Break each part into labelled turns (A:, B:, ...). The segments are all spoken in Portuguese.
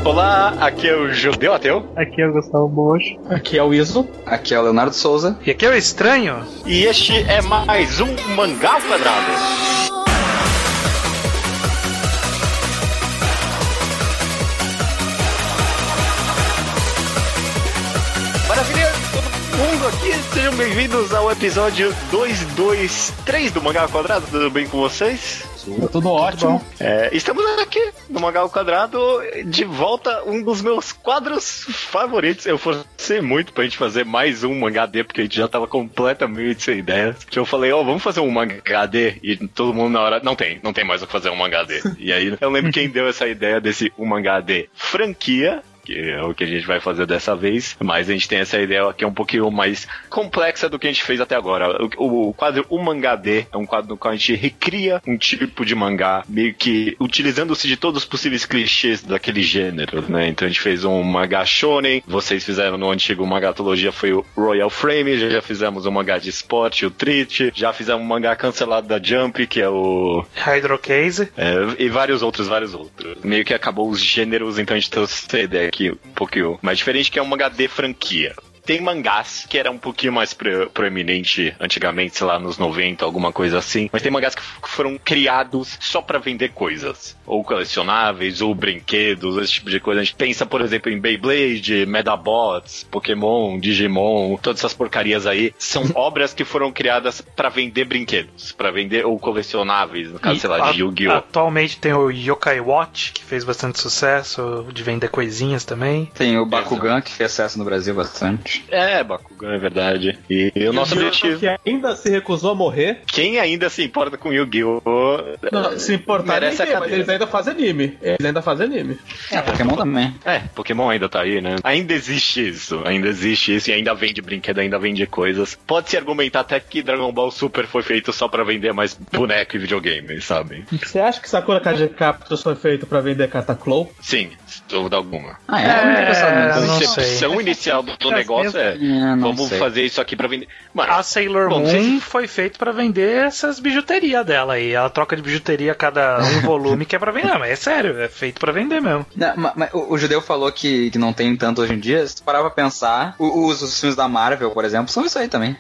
A: Olá, aqui é o Judeu Ateu.
B: Aqui é o Gustavo Bosch.
C: Aqui é o Iso.
D: Aqui é o Leonardo Souza.
E: E aqui é o Estranho.
A: E este é mais um Mangá ao Quadrado. Maravilha, todo mundo aqui, sejam bem-vindos ao episódio 223 do Mangá ao Quadrado. Tudo bem com vocês?
C: Tudo ótimo.
A: Estamos aqui no Mangá ao Quadrado, de volta, um dos meus quadros favoritos. Eu forcei muito pra gente fazer mais um Mangá D, porque a gente já tava completamente sem ideia. Que eu falei, vamos fazer um Mangá D, e todo mundo na hora, não tem mais o que fazer um Mangá D. E aí eu lembro quem deu essa ideia desse um Mangá D franquia, que é o que a gente vai fazer dessa vez, mas a gente tem essa ideia aqui um pouquinho mais complexa do que a gente fez até agora. O quadro O Mangá D é um quadro no qual a gente recria um tipo de mangá, meio que utilizando-se de todos os possíveis clichês daquele gênero, né? Então a gente fez um mangá shonen, vocês fizeram no antigo Mangatologia, foi o Royal Frame, já fizemos um mangá de esporte, o Treat, já fizemos um mangá cancelado da Jump, que é o
E: Hydrocase,
A: e vários outros. Meio que acabou os gêneros, então a gente trouxe essa ideia aqui um pouquinho mais diferente, que é um mangá de franquia. Tem mangás que era um pouquinho mais proeminente antigamente, sei lá, nos 90, alguma coisa assim. Mas tem mangás que foram criados só pra vender coisas. Ou colecionáveis, ou brinquedos, esse tipo de coisa. A gente pensa, por exemplo, em Beyblade, Medabots, Pokémon, Digimon, todas essas porcarias aí. São obras que foram criadas pra vender brinquedos. Pra vender ou colecionáveis, no caso, sei lá, de Yu-Gi-Oh!
E: Atualmente tem o Yokai Watch, que fez bastante sucesso, de vender coisinhas também.
D: Tem o Bakugan, que fez sucesso no Brasil bastante.
A: Bakugan, é verdade. E o nosso objetivo...
C: que ainda se recusou a morrer.
A: Quem ainda se importa com Yu-Gi-Oh!
C: Não, se importar
A: merece
C: ninguém,
A: a
C: mas eles ainda fazem anime.
D: Pokémon também.
A: Pokémon ainda tá aí, né? Ainda existe isso e ainda vende brinquedo, ainda vende coisas. Pode-se argumentar até que Dragon Ball Super foi feito só pra vender mais boneco e videogame, sabe?
C: Você acha que Sakura Card Captors foi feito pra vender carta Clow?
A: Sim, sem dúvida alguma.
E: A
A: concepção inicial do negócio vamos fazer isso aqui pra vender. Mano,
E: a Sailor Moon foi feito pra vender essas bijuterias dela aí. Ela troca de bijuteria a cada um volume que é pra vender. Mas é sério, é feito pra vender mesmo.
D: Não, mas o Judeu falou que não tem tanto hoje em dia. Se parar pra pensar, os filmes da Marvel, por exemplo, são isso aí também.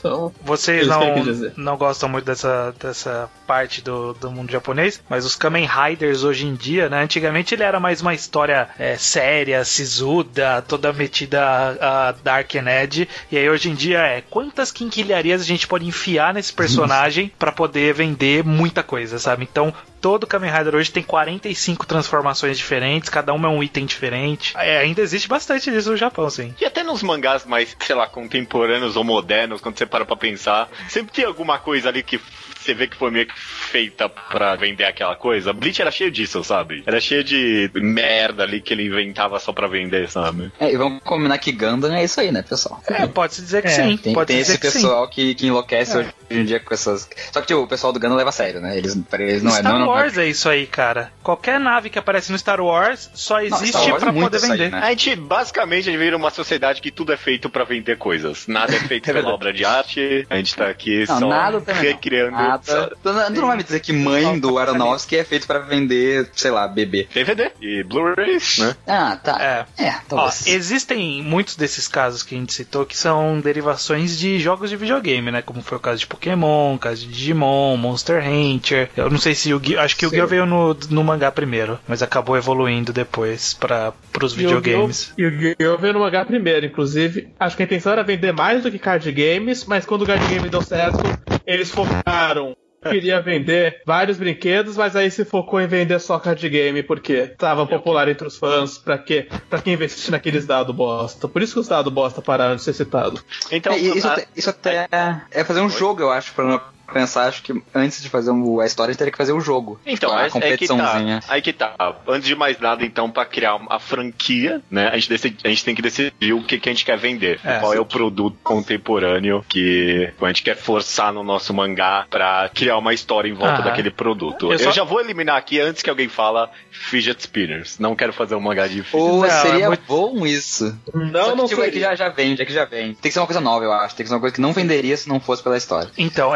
E: Vocês não gostam muito dessa parte do mundo japonês, mas os Kamen Riders hoje em dia, né? Antigamente ele era mais uma história séria, sisuda, toda metida a Dark and Edge, e aí hoje em dia quantas quinquilharias a gente pode enfiar nesse personagem pra poder vender muita coisa, sabe? Então todo Kamen Rider hoje tem 45 transformações diferentes, cada uma é um item diferente. Ainda existe bastante disso no Japão, sim.
A: E até nos mangás mais, sei lá, contemporâneos ou modernos, quando você para pra pensar, sempre tem alguma coisa ali que você vê que foi meio que feita pra vender aquela coisa. Bleach era cheio disso, sabe? Era cheio de merda ali que ele inventava só pra vender, sabe?
D: E vamos combinar que Gundam é isso aí, né, pessoal?
E: Pode-se dizer que sim.
D: Tem esse pessoal que enlouquece hoje em dia com essas... Só que o pessoal do Gundam leva a sério, né? Eles não
E: Star Wars é isso aí, cara. Qualquer nave que aparece no Star Wars só existe pra poder vender.
A: Aí, né? A gente basicamente vira uma sociedade que tudo é feito pra vender coisas. Nada é feito pela obra de arte. A gente tá aqui só recriando.
D: Tu não vai me dizer que Mãe do Aronofsky é feito pra vender, sei lá, bebê.
A: DVD e Blu-rays, né?
D: Tá. Talvez.
E: Existem muitos desses casos que a gente citou que são derivações de jogos de videogame, né? Como foi o caso de Pokémon, o caso de Digimon, Monster Hunter. Eu não sei se acho que o Yu-Gi-Oh! Veio no mangá primeiro, mas acabou evoluindo depois pros videogames.
C: E o Yu-Gi-Oh! Veio no mangá primeiro, inclusive. Acho que a intenção era vender mais do que card games, mas quando o card game deu certo, eles focaram. Queria vender vários brinquedos, mas aí se focou em vender só card game, porque estava popular entre os fãs. Pra quê? Pra quem investir naqueles dados bosta. Por isso que os dados bosta pararam de ser citados.
D: Então, isso até é fazer um jogo, eu acho, pra pensar, acho que antes de fazer a história, a gente teria que fazer o jogo.
A: Então,
D: a competiçãozinha.
A: Aí que tá. Antes de mais nada, então, pra criar a franquia, né, a gente tem que decidir o que a gente quer vender. Qual é o produto contemporâneo que a gente quer forçar no nosso mangá pra criar uma história em volta daquele produto. Eu já vou eliminar aqui, antes que alguém fala fidget spinners. Não quero fazer um mangá de fidget.
D: Seria bom isso.
C: Não
D: seria. É que já vende. Tem que ser uma coisa nova, eu acho. Tem que ser uma coisa que não venderia se não fosse pela história.
E: Então,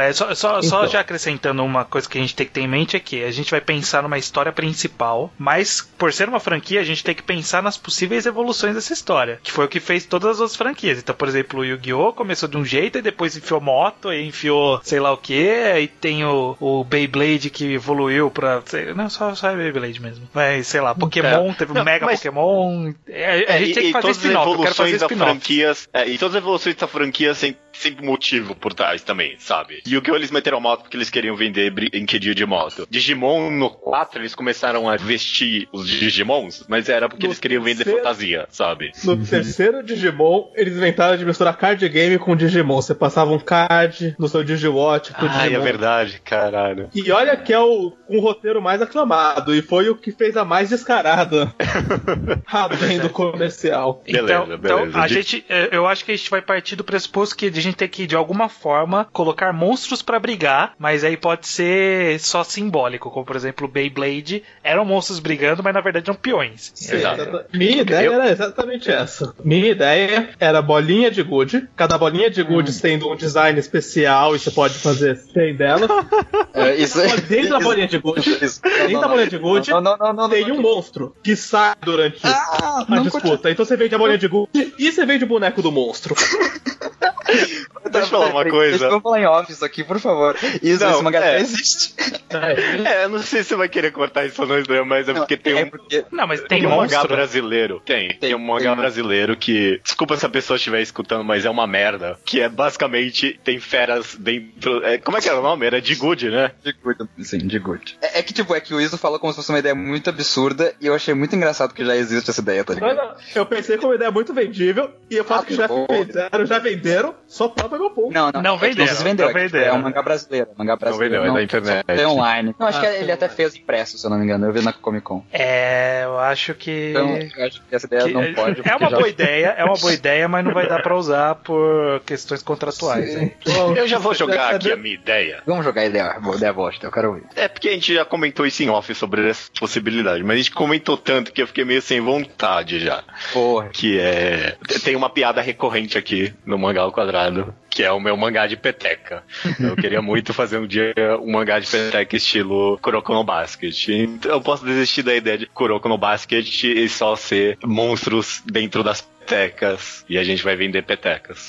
E: Só já acrescentando uma coisa que a gente tem que ter em mente é que a gente vai pensar numa história principal, mas por ser uma franquia, a gente tem que pensar nas possíveis evoluções dessa história, que foi o que fez todas as outras franquias. Então, por exemplo, o Yu-Gi-Oh! Começou de um jeito e depois enfiou moto, aí enfiou sei lá o que, aí tem o Beyblade que evoluiu pra... Não, só é Beyblade mesmo. Mas, sei lá, Pokémon, teve um Mega Pokémon... A gente tem que fazer spin-off, eu quero fazer spin-off.
A: E todas as evoluções da franquia sempre motivo por trás também, sabe? Yu-Gi-Oh! Eles meteram moto porque eles queriam vender brinquedinho de moto. Digimon, no 4, eles começaram a vestir os Digimons, mas era porque eles queriam vender fantasia, sabe?
C: No terceiro Digimon, eles inventaram de misturar card game com Digimon. Você passava um card no seu Digiwatch pro Digimon.
A: É verdade, caralho.
C: E olha que é um roteiro mais aclamado, e foi o que fez a mais descarada além do comercial.
A: Beleza.
E: Então eu acho que a gente vai partir do pressuposto que a gente tem que, de alguma forma, colocar monstros pra brigar, mas aí pode ser só simbólico, como por exemplo o Beyblade, eram monstros brigando, mas na verdade eram peões.
A: Exato.
C: Minha ideia era exatamente essa. Minha ideia era bolinha de gude, cada bolinha de gude tendo um design especial e você pode fazer 100 delas. Dentro da bolinha de gude, dentro da bolinha de gude, tem um monstro que sai durante a disputa. Então você vende a bolinha de gude e você vende o boneco do monstro.
A: Deixa eu falar uma coisa.
D: Deixa eu falar em off isso aqui, por favor. Esse mangá existe.
A: Eu não sei se você vai querer cortar isso ou não, mas é porque tem
E: Não, mas tem
A: um
E: monstro.
A: mangá brasileiro. Tem um mangá brasileiro que... Desculpa se a pessoa estiver escutando, mas é uma merda. Que é basicamente... Tem feras dentro... como é que era o nome? Era de Good, né?
D: De Good, sim, de Good. É que o Iso falou como se fosse uma ideia muito absurda e eu achei muito engraçado que já existe essa ideia, tá ligado?
C: Não. Eu pensei como uma ideia muito vendível e eu falo que já venderam, só prova meu ponto.
E: Não venderam.
D: É um mangá brasileiro.
A: Não vendeu, é da internet.
D: É online. Eu acho que ele até fez impresso, se eu não me engano. Eu vi na Comic Con.
E: Eu acho que...
D: Então, eu acho que essa ideia não pode...
E: É uma boa ideia, mas não vai dar pra usar por questões contratuais.
A: Eu já vou jogar aqui a minha ideia.
D: Vamos jogar a ideia bosta, eu quero ouvir.
A: É porque a gente já comentou isso em off sobre essa possibilidade, mas a gente comentou tanto que eu fiquei meio sem vontade já.
D: Porra.
A: Que é... Tem uma piada recorrente aqui no Mangá ao Quadrado, que é o meu mangá de peteca. Eu queria muito fazer um dia um mangá de peteca estilo Kuroko no Basket. Então eu posso desistir da ideia de Kuroko no Basket e só ser monstros dentro das petecas e a gente vai vender petecas.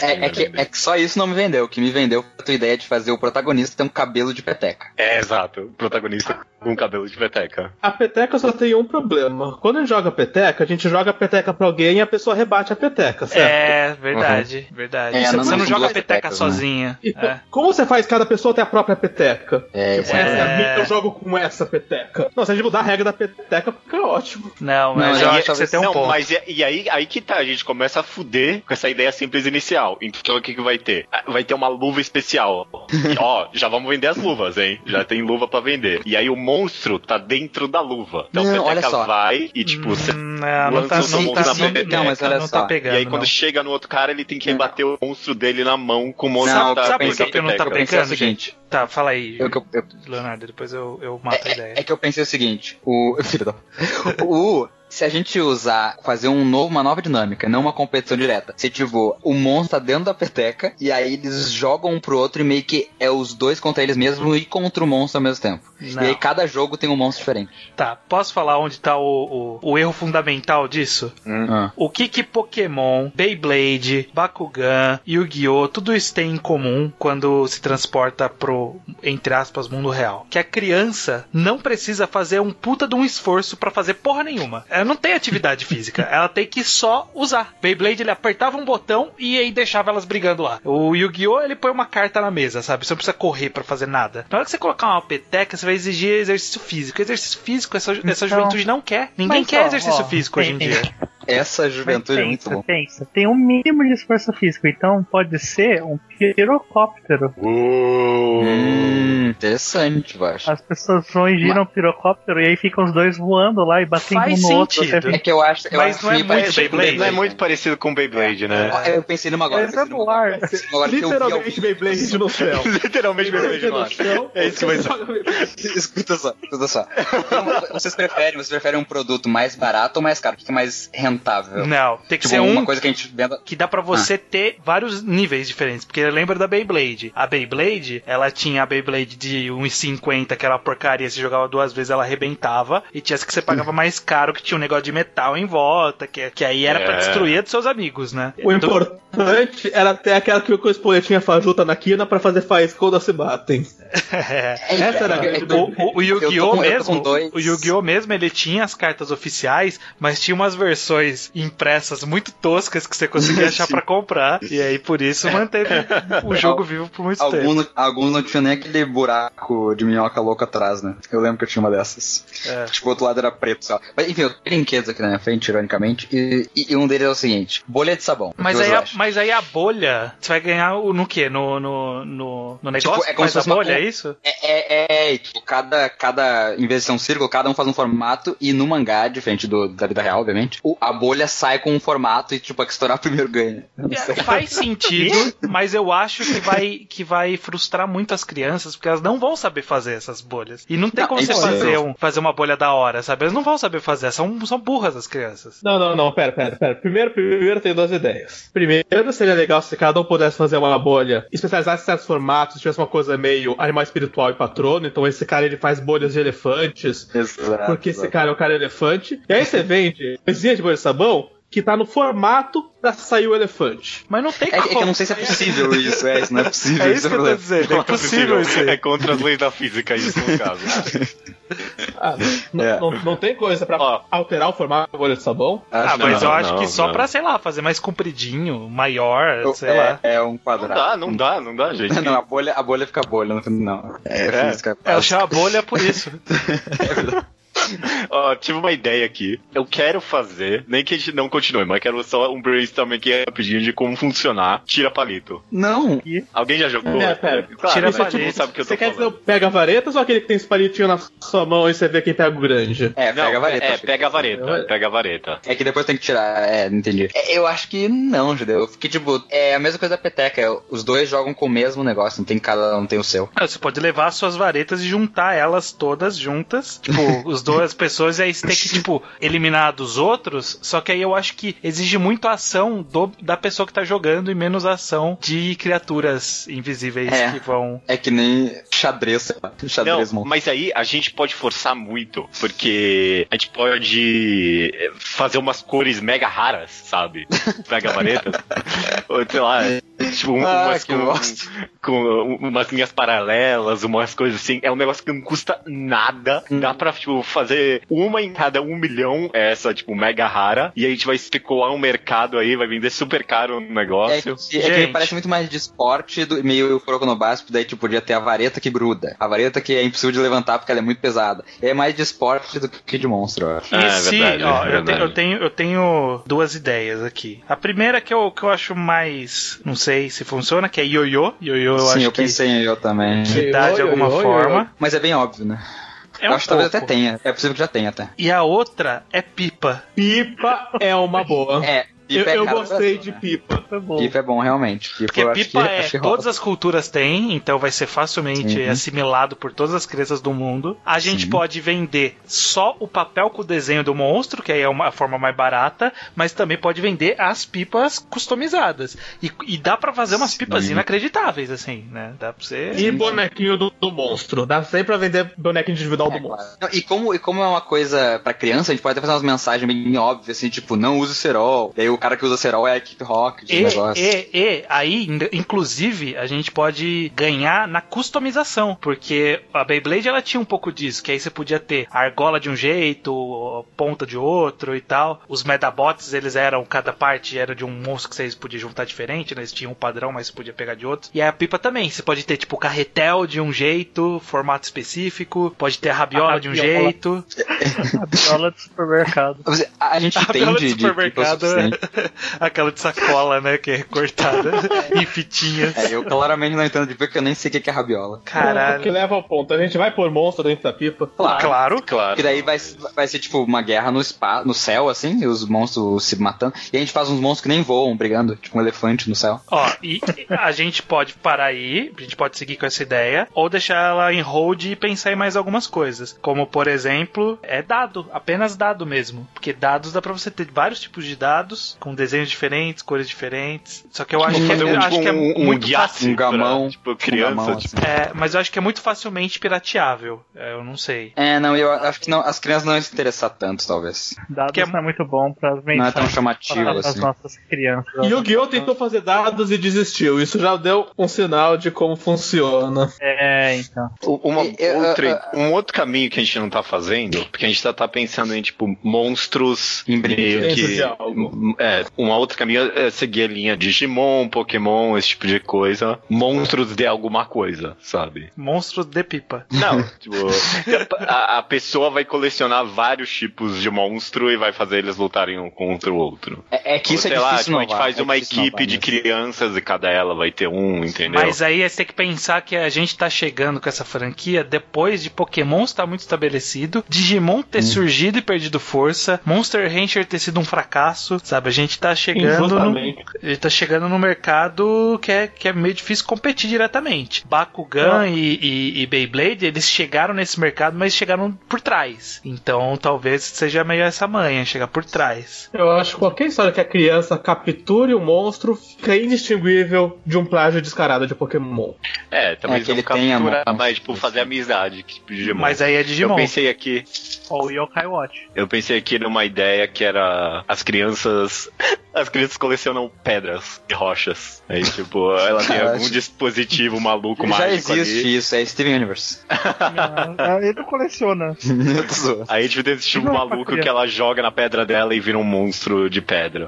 D: É que só isso não me vendeu. O que me vendeu foi a tua ideia de fazer o protagonista ter um cabelo de peteca.
A: Exato. O protagonista com cabelo de peteca.
C: A peteca só tem um problema. Quando a gente joga a peteca pra alguém e a pessoa rebate a peteca, certo?
E: Verdade. Você não joga a peteca sozinha.
C: Então, como você faz cada pessoa ter a própria peteca? Eu jogo com essa peteca. Não, se a gente mudar a regra da peteca, fica ótimo.
E: Não, mas eu acho que você tem um ponto.
A: Mas aí que tá, a gente começa a fuder com essa ideia simples inicial. Então o que vai ter? Vai ter uma luva especial. Já vamos vender as luvas, hein? Já tem luva pra vender. E aí o monstro tá dentro da luva. Então a peteca vai e você lança o seu monstro na peteca.
D: Não, mas olha só.
E: Tá pegando,
A: e aí quando chega no outro cara, ele tem que rebater o monstro dele na mão com o monstro da
E: Sabe por que não tá pegando,
D: o seguinte.
E: Tá, fala aí, Leonardo, depois eu mato a ideia.
D: É que eu pensei o seguinte, se a gente fazer uma nova dinâmica, não uma competição direta. Se tipo, o monstro tá dentro da peteca e aí eles jogam um pro outro e meio que é os dois contra eles mesmos e contra o monstro ao mesmo tempo.
E: Não.
D: E aí cada jogo tem um monstro diferente.
E: Tá, posso falar onde tá o erro fundamental disso? O que Pokémon, Beyblade, Bakugan, Yu-Gi-Oh! Tudo isso tem em comum quando se transporta pro, entre aspas, mundo real. Que a criança não precisa fazer um puta de um esforço pra fazer porra nenhuma. Ela não tem atividade física, ela tem que só usar. Beyblade, ele apertava um botão e aí deixava elas brigando lá. O Yu-Gi-Oh! Ele põe uma carta na mesa, sabe? Você não precisa correr pra fazer nada. Na hora que você colocar uma peteca, você vai exigir exercício físico. Exercício físico, essa juventude não quer. Ninguém quer exercício físico hoje em dia.
D: Essa juventude é muito bom.
B: Tem um mínimo de esforço físico, então pode ser um pirocóptero.
D: Interessante, eu acho.
B: As pessoas vão e giram o pirocóptero e aí ficam os dois voando lá e batendo um no outro.
D: É que eu acho.
E: Mas não é muito Beyblade.
A: Não é muito parecido com Beyblade, né?
D: Eu pensei numa agora.
C: Literalmente Beyblade no céu.
A: Literalmente Beyblade no céu. É isso que vai ser.
D: Escuta só. Vocês preferem um produto mais barato ou mais caro? O que é mais rentável arrebentável.
E: Não, tem que
D: tipo,
E: ser
D: uma coisa que a gente venda...
E: que dá pra você ter vários níveis diferentes. Porque lembra da Beyblade. A Beyblade, ela tinha a Beyblade de 1,50, que era uma porcaria, você jogava 2 vezes, ela arrebentava. E tinha essa que você pagava mais caro, que tinha um negócio de metal em volta, que aí era pra destruir a dos seus amigos, né?
C: O importante era ter aquela que o espoletinha fajuta na quina pra fazer faísca quando se batem. Essa era
E: o Yu-Gi-Oh! Mesmo, o Yu-Gi-Oh! Mesmo, ele tinha as cartas oficiais, mas tinha umas versões impressas muito toscas que você conseguia achar pra comprar. E aí, por isso, manteve o jogo vivo por muito tempo.
D: Alguns não tinham nem aquele buraco de minhoca louca atrás, né? Eu lembro que eu tinha uma dessas. Tipo, o outro lado era preto só. Mas, enfim, eu tenho brinquedos aqui na minha frente, ironicamente, e um deles é o seguinte: bolha de sabão.
E: Mas aí a bolha, você vai ganhar no quê? No negócio?
D: Tipo, é como se fosse
E: bolha, é isso?
D: Tipo, cada, em vez de ser um círculo, cada um faz um formato, e no mangá, diferente da vida real, obviamente, a bolha sai com um formato e, tipo, a que estourar primeiro ganha.
E: Faz sentido, mas eu acho que vai frustrar muito as crianças, porque elas não vão saber fazer essas bolhas. E não tem como você fazer uma bolha da hora, sabe? Elas não vão saber fazer, são burras as crianças.
C: Não, pera. Primeiro tem 2 ideias. Primeiro, seria legal se cada um pudesse fazer uma bolha especializada em certos formatos, se tivesse uma coisa meio animal espiritual e patrono, então esse cara ele faz bolhas de elefantes, porque esse cara é o cara elefante, e aí você vende coisinha de bolha de sabão que tá no formato pra sair o elefante.
E: Mas não tem como.
D: É que eu não sei se é possível isso, isso não é possível.
E: É isso que eu tô dizendo, é impossível isso aí.
A: É contra as leis da física isso, no caso.
C: Não tem coisa pra alterar o formato da bolha de sabão?
E: Mas eu acho que só pra, sei lá, fazer mais compridinho, maior, sei lá.
D: É um quadrado.
A: Não dá, gente.
D: Não, a bolha fica bolha, não. Física.
E: Eu chamo a bolha por isso.
D: É verdade.
A: Tive uma ideia aqui. Eu quero fazer, nem que a gente não continue, mas quero só um brainstorm aqui rapidinho de como funcionar Tira Palito.
D: Não.
A: Alguém já jogou?
C: Pera.
A: Claro,
E: Tira
A: você
E: Palito.
A: sabe o que eu tô
C: Você quer
A: falando.
C: dizer pega varetas ou aquele que tem esse palitinho na sua mão e você vê quem pega o grande?
D: Pega a vareta.
A: Pega a vareta.
D: É que depois tem que tirar, não entendi. Eu acho que não, Judeu. Porque, tipo, é a mesma coisa da peteca. Os dois jogam com o mesmo negócio, não tem cada um tem o seu.
E: Você pode levar as suas varetas e juntar elas todas juntas. Tipo, duas pessoas, e aí você tem que, tipo, eliminar dos outros. Só que aí eu acho que exige muito a ação da pessoa que tá jogando e menos a ação de criaturas invisíveis que vão...
D: É que nem xadrez,
A: não, mas aí a gente pode forçar muito, porque a gente pode fazer umas cores mega raras, sabe? Pega a vareta. Ou sei lá, tipo, umas com umas linhas paralelas, umas coisas assim. É um negócio que não custa nada. Dá pra, tipo, fazer uma em cada 1 milhão, essa, tipo, mega rara. E a gente vai especular um mercado aí, vai vender super caro no negócio.
D: Que parece muito mais de esporte, meio Kuroko no Basket, daí, tipo, podia ter a vareta que gruda. A vareta que é impossível de levantar porque ela é muito pesada. É mais de esporte do que de monstro, eu acho.
E: Verdade. Eu tenho 2 ideias aqui. A primeira que eu acho mais, não sei se funciona, que é ioiô. Ioiô,
D: eu pensei em ioiô também.
E: Que dá de alguma forma.
D: Mas é bem óbvio, né? Eu acho que talvez até tenha. É possível que já tenha até.
E: E a outra é pipa.
C: Pipa é uma boa. Eu gostei de pipa.
D: Pipa é bom, realmente.
E: Porque pipa todas as culturas têm, então vai ser facilmente assimilado por todas as crianças do mundo. A gente pode vender só o papel com o desenho do monstro, que aí é a forma mais barata, mas também pode vender as pipas customizadas. E dá pra fazer umas pipas inacreditáveis, assim, né? Dá pra você...
C: E bonequinho do monstro. Dá sempre pra vender bonequinho individual do monstro.
D: Claro. E como é uma coisa pra criança, a gente pode até fazer umas mensagens bem óbvias, assim, tipo, não use cerol. E aí o cara que usa cerol é a equipe rock de negócio.
E: Aí, inclusive, a gente pode ganhar na customização, porque a Beyblade, ela tinha um pouco disso, que aí você podia ter a argola de um jeito, a ponta de outro e tal. Os Medabots, eles eram, cada parte era de um monstro que vocês podiam juntar diferente, né? Eles tinham um padrão, mas você podia pegar de outro. E aí a pipa também, você pode ter, tipo, o carretel de um jeito, formato específico, pode ter a rabiola de um jeito.
B: A rabiola do supermercado.
D: A gente tem de
E: supermercado. Aquela de sacola, né? Que é cortada em fitinhas.
D: Eu claramente não entendo de porque eu nem sei o que é rabiola.
C: Caralho. O que leva ao ponto. A gente vai pôr monstro dentro da pipa.
E: Claro.
D: Porque daí vai ser tipo uma guerra no céu, assim, e os monstros se matando. E a gente faz uns monstros que nem voam, brigando, tipo um elefante no céu.
E: E a gente pode parar aí, a gente pode seguir com essa ideia, ou deixar ela em hold e pensar em mais algumas coisas. Como, por exemplo, dado, apenas dado mesmo. Porque dados dá pra você ter vários tipos de dados, com desenhos diferentes, cores diferentes. Só que eu acho que é muito fácil.
D: Um gamão.
A: Tipo, criança.
D: Assim.
E: Mas eu acho que é muito facilmente pirateável. Eu não sei.
D: Não, eu acho que não, as crianças não iam se interessar tanto, talvez.
B: Dados não é muito bom pra mensagens.
D: Não é tão chamativo
B: as
D: assim.
B: Nossas crianças.
C: Yu-Gi-Oh! Tentou fazer dados e desistiu. Isso já deu um sinal de como funciona.
B: Então.
A: Um outro caminho que a gente não tá fazendo, porque a gente tá pensando em, tipo, monstros meio que... Um outro caminho é seguir a linha Digimon, Pokémon, esse tipo de coisa. Monstros de alguma coisa, sabe?
E: Monstros de pipa.
A: Não, tipo... a pessoa vai colecionar vários tipos de monstro e vai fazer eles lutarem um contra o outro.
D: Que isso é difícil,
A: tipo, a gente faz uma equipe de crianças e cada ela vai ter um, entendeu?
E: Mas aí você tem que pensar que a gente tá chegando com essa franquia depois de Pokémon estar muito estabelecido, Digimon ter surgido e perdido força, Monster Rancher ter sido um fracasso, sabe? A gente tá chegando no mercado que é meio difícil competir diretamente. Bakugan e Beyblade, eles chegaram nesse mercado, mas chegaram por trás. Então talvez seja meio essa manha, chegar por trás.
C: Eu acho que qualquer história que a criança capture um monstro fica indistinguível de um plágio descarado de Pokémon.
A: Também
D: que ele
A: captura, mas tipo, fazer amizade, tipo, Digimon.
E: Mas aí é Digimon.
A: Eu pensei aqui...
B: Ou Yokai Watch.
A: Eu pensei aqui numa ideia que era as crianças colecionam pedras e rochas. Aí, tipo, ela tem algum dispositivo maluco mágico ali.
D: Já existe isso, é Steven Universe.
B: Ele não coleciona.
A: Aí, tipo, tem esse tipo maluco que ela joga na pedra dela e vira um monstro de pedra.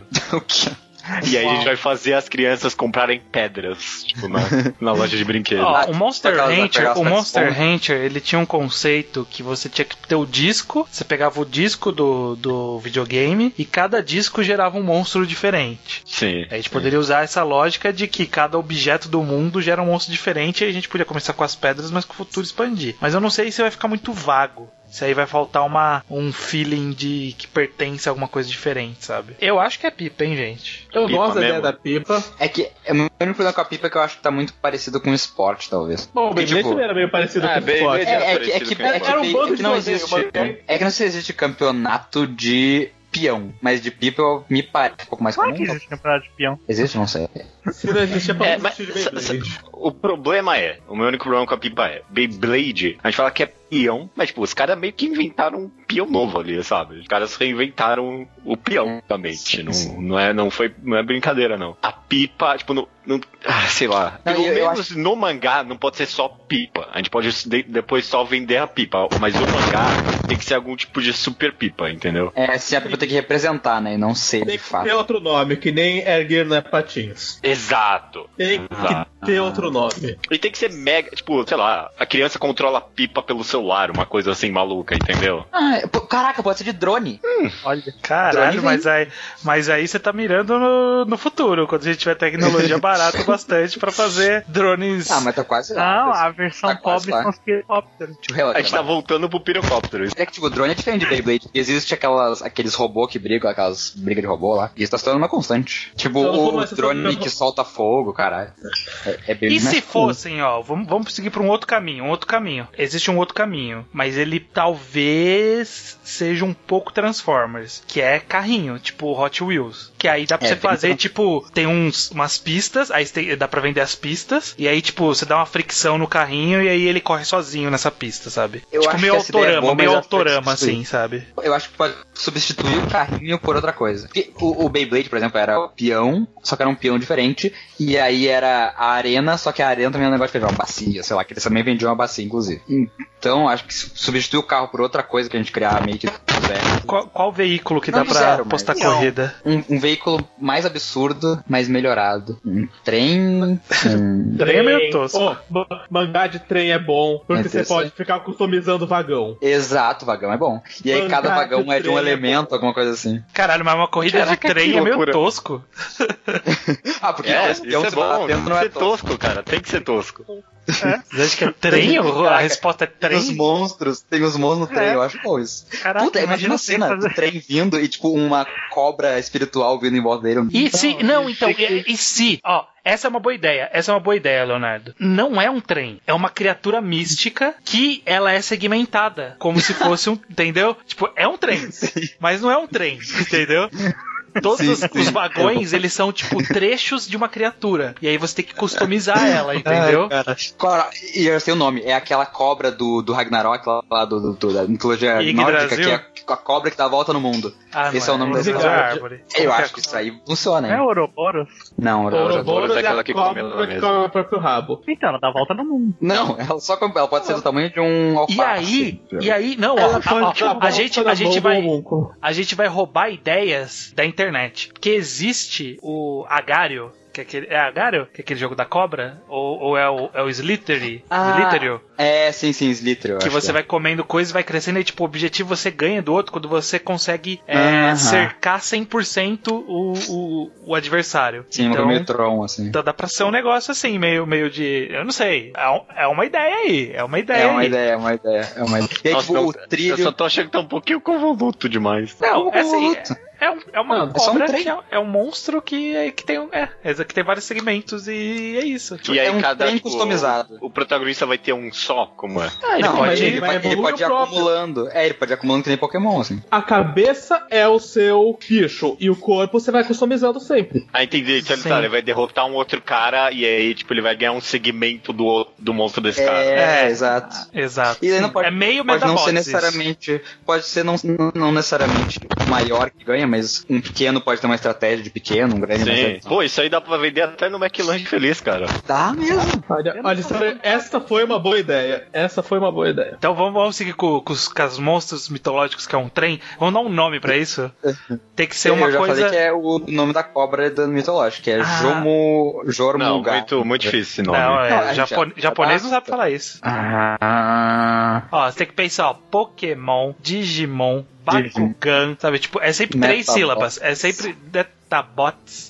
A: E aí a gente vai fazer as crianças comprarem pedras, tipo, na loja de brinquedos.
E: O Monster Rancher, ele tinha um conceito que você tinha que ter o disco, você pegava o disco do videogame e cada disco gerava um monstro diferente.
A: Sim.
E: A gente poderia usar essa lógica de que cada objeto do mundo gera um monstro diferente e a gente podia começar com as pedras, mas com o futuro expandir. Mas eu não sei se vai ficar muito vago. Se aí vai faltar um feeling de que pertence a alguma coisa diferente, sabe? Eu acho que é pipa, hein, gente?
C: Eu gosto da ideia da pipa.
D: O meu único problema com a pipa é que eu acho que tá muito parecido com o esporte, talvez.
C: Bom, o Beyblade também era meio parecido com o esporte.
D: Era um bando de não existe. É que não sei se existe campeonato de peão, mas de pipa me parece um pouco mais comum.
B: Claro que existe campeonato de peão.
D: Existe? Não sei.
C: Se não existia pra assistir Beyblade.
A: O problema o meu único problema com a pipa Beyblade, a gente fala que é peão, mas tipo, os caras meio que inventaram um peão novo ali, sabe? Os caras reinventaram o peão também. Não é brincadeira, não. A pipa, tipo, sei lá. Pelo menos no mangá não pode ser só pipa. A gente pode depois só vender a pipa, mas o mangá tem que ser algum tipo de super pipa, entendeu?
D: Se a pipa tem que representar, né? E não ser de fato.
C: Tem outro nome, que nem erguer não é patins.
A: Exato.
C: Tem que ter outro nome.
A: E tem que ser mega, tipo, sei lá, a criança controla a pipa pelo celular, uma coisa assim maluca, entendeu?
D: Caraca, pode ser de drone.
E: Olha, caralho, mas aí você tá mirando no futuro, quando a gente tiver tecnologia barata bastante pra fazer drones.
D: Mas tá quase lá.
B: Não, a versão pobre são os pirocópteros.
A: A gente tá voltando pro pirocóptero.
D: É que, tipo, o drone é diferente de Beyblade. Existe aqueles robôs que brigam, aquelas brigas de robô lá. E isso tá se tornando uma constante. Tipo, o drone que solta fogo, caralho. É bem.
E: E se fossem, vamos seguir pra um outro caminho. Existe um outro caminho, mas ele talvez seja um pouco Transformers, que é carrinho, tipo Hot Wheels. Que aí dá pra você fazer, tipo, tem umas pistas, aí dá pra vender as pistas, e aí, tipo, você dá uma fricção no carrinho e aí ele corre sozinho nessa pista, sabe? Tipo, meio autorama, assim, sabe?
D: Eu acho que pode substituir o carrinho por outra coisa. Porque o Beyblade, por exemplo, era o peão, só que era um peão diferente, e aí era a arena, só que a arena também é um negócio de uma bacia, sei lá, que eles também vendiam uma bacia, inclusive. Então, acho que substituir o carro por outra coisa que a gente criar meio que
E: Qual veículo que dá pra postar corrida?
D: Um veículo mais absurdo, mais melhorado. Um trem.
E: Trem é meio tosco.
C: Mangá de trem é bom, porque você pode ficar customizando o vagão.
D: Exato, vagão é bom. E aí cada vagão é de um elemento, alguma coisa assim.
E: Caralho, mas uma corrida de trem é meio tosco.
D: Porque
A: isso é bom, tem que ser tosco, cara. Tem que ser tosco.
E: Você acha que é trem? A resposta é trem?
D: Tem os monstros no trem, eu acho bom isso.
E: Caraca,
D: puta, imagina a cena do trem vindo e tipo uma cobra espiritual vindo em volta dele.
E: E se, ó, essa é uma boa ideia, Leonardo. Não é um trem, é uma criatura mística que ela é segmentada, como se fosse um, entendeu? Tipo, é um trem, mas não é um trem, entendeu? Todos os vagões, eles são tipo trechos de uma criatura. E aí você tem que customizar ela, entendeu?
D: E eu sei o nome, é aquela cobra do Ragnarok lá da mitologia nórdica, que é a cobra que dá a volta no mundo. Esse é o nome dessa
E: árvore.
D: Eu acho que isso aí funciona.
B: É Ouroboros?
D: Não,
C: Ouroboros é aquela que come o próprio rabo.
B: Então, ela dá a volta no mundo.
D: Não, ela pode ser do tamanho de um alface.
E: E aí, não, a gente vai roubar ideias da internet. Porque existe o Agário, que é aquele, Agário? Que é aquele jogo da cobra? Ou é o Slithery? Slitherio?
D: Sim, Slitherio.
E: Que você vai comendo coisas e vai crescendo e, tipo, o objetivo você ganha do outro quando você consegue cercar 100% o adversário.
D: Sim, então, meio Tron, assim.
E: Então dá pra ser um negócio assim, meio de... Eu não sei. É uma ideia aí.
D: É uma ideia. E aí, tipo, o trilho...
A: Eu só tô achando que tá um pouquinho convoluto demais.
E: Não, é assim... É uma cobra que é um monstro que tem vários segmentos e é isso.
A: E aí cada
D: trem customizado.
A: O protagonista vai ter um só, como é?
D: Ele pode ir acumulando. Ele pode ir acumulando que nem Pokémon, assim.
C: A cabeça é o seu bicho e o corpo você vai customizando sempre.
A: Entendi. Então ele vai derrotar um outro cara e aí, tipo, ele vai ganhar um segmento do monstro desse cara.
D: Exato.
E: Exato.
D: E aí não pode,
E: é meio
D: pode não ser
E: Metabots
D: necessariamente. Pode ser não necessariamente o maior que ganha, mas um pequeno pode ter uma estratégia de pequeno, um grande.
A: Sim. Pô, isso aí dá pra vender até no McLanche Feliz, cara.
D: Dá mesmo.
C: Olha, essa foi uma boa ideia.
E: Então vamos seguir com os monstros mitológicos, que é um trem. Vamos dar um nome pra isso? Tem que ser uma coisa...
D: Eu já falei que é o nome da cobra do mitológico, que é Jormungandr.
A: Não, muito difícil esse nome.
E: Não, japonês não sabe falar isso. Ó, você tem que pensar, ó, Pokémon, Digimon, Bakugan, sabe? Tipo, é sempre 3 sílabas. É sempre Metabots.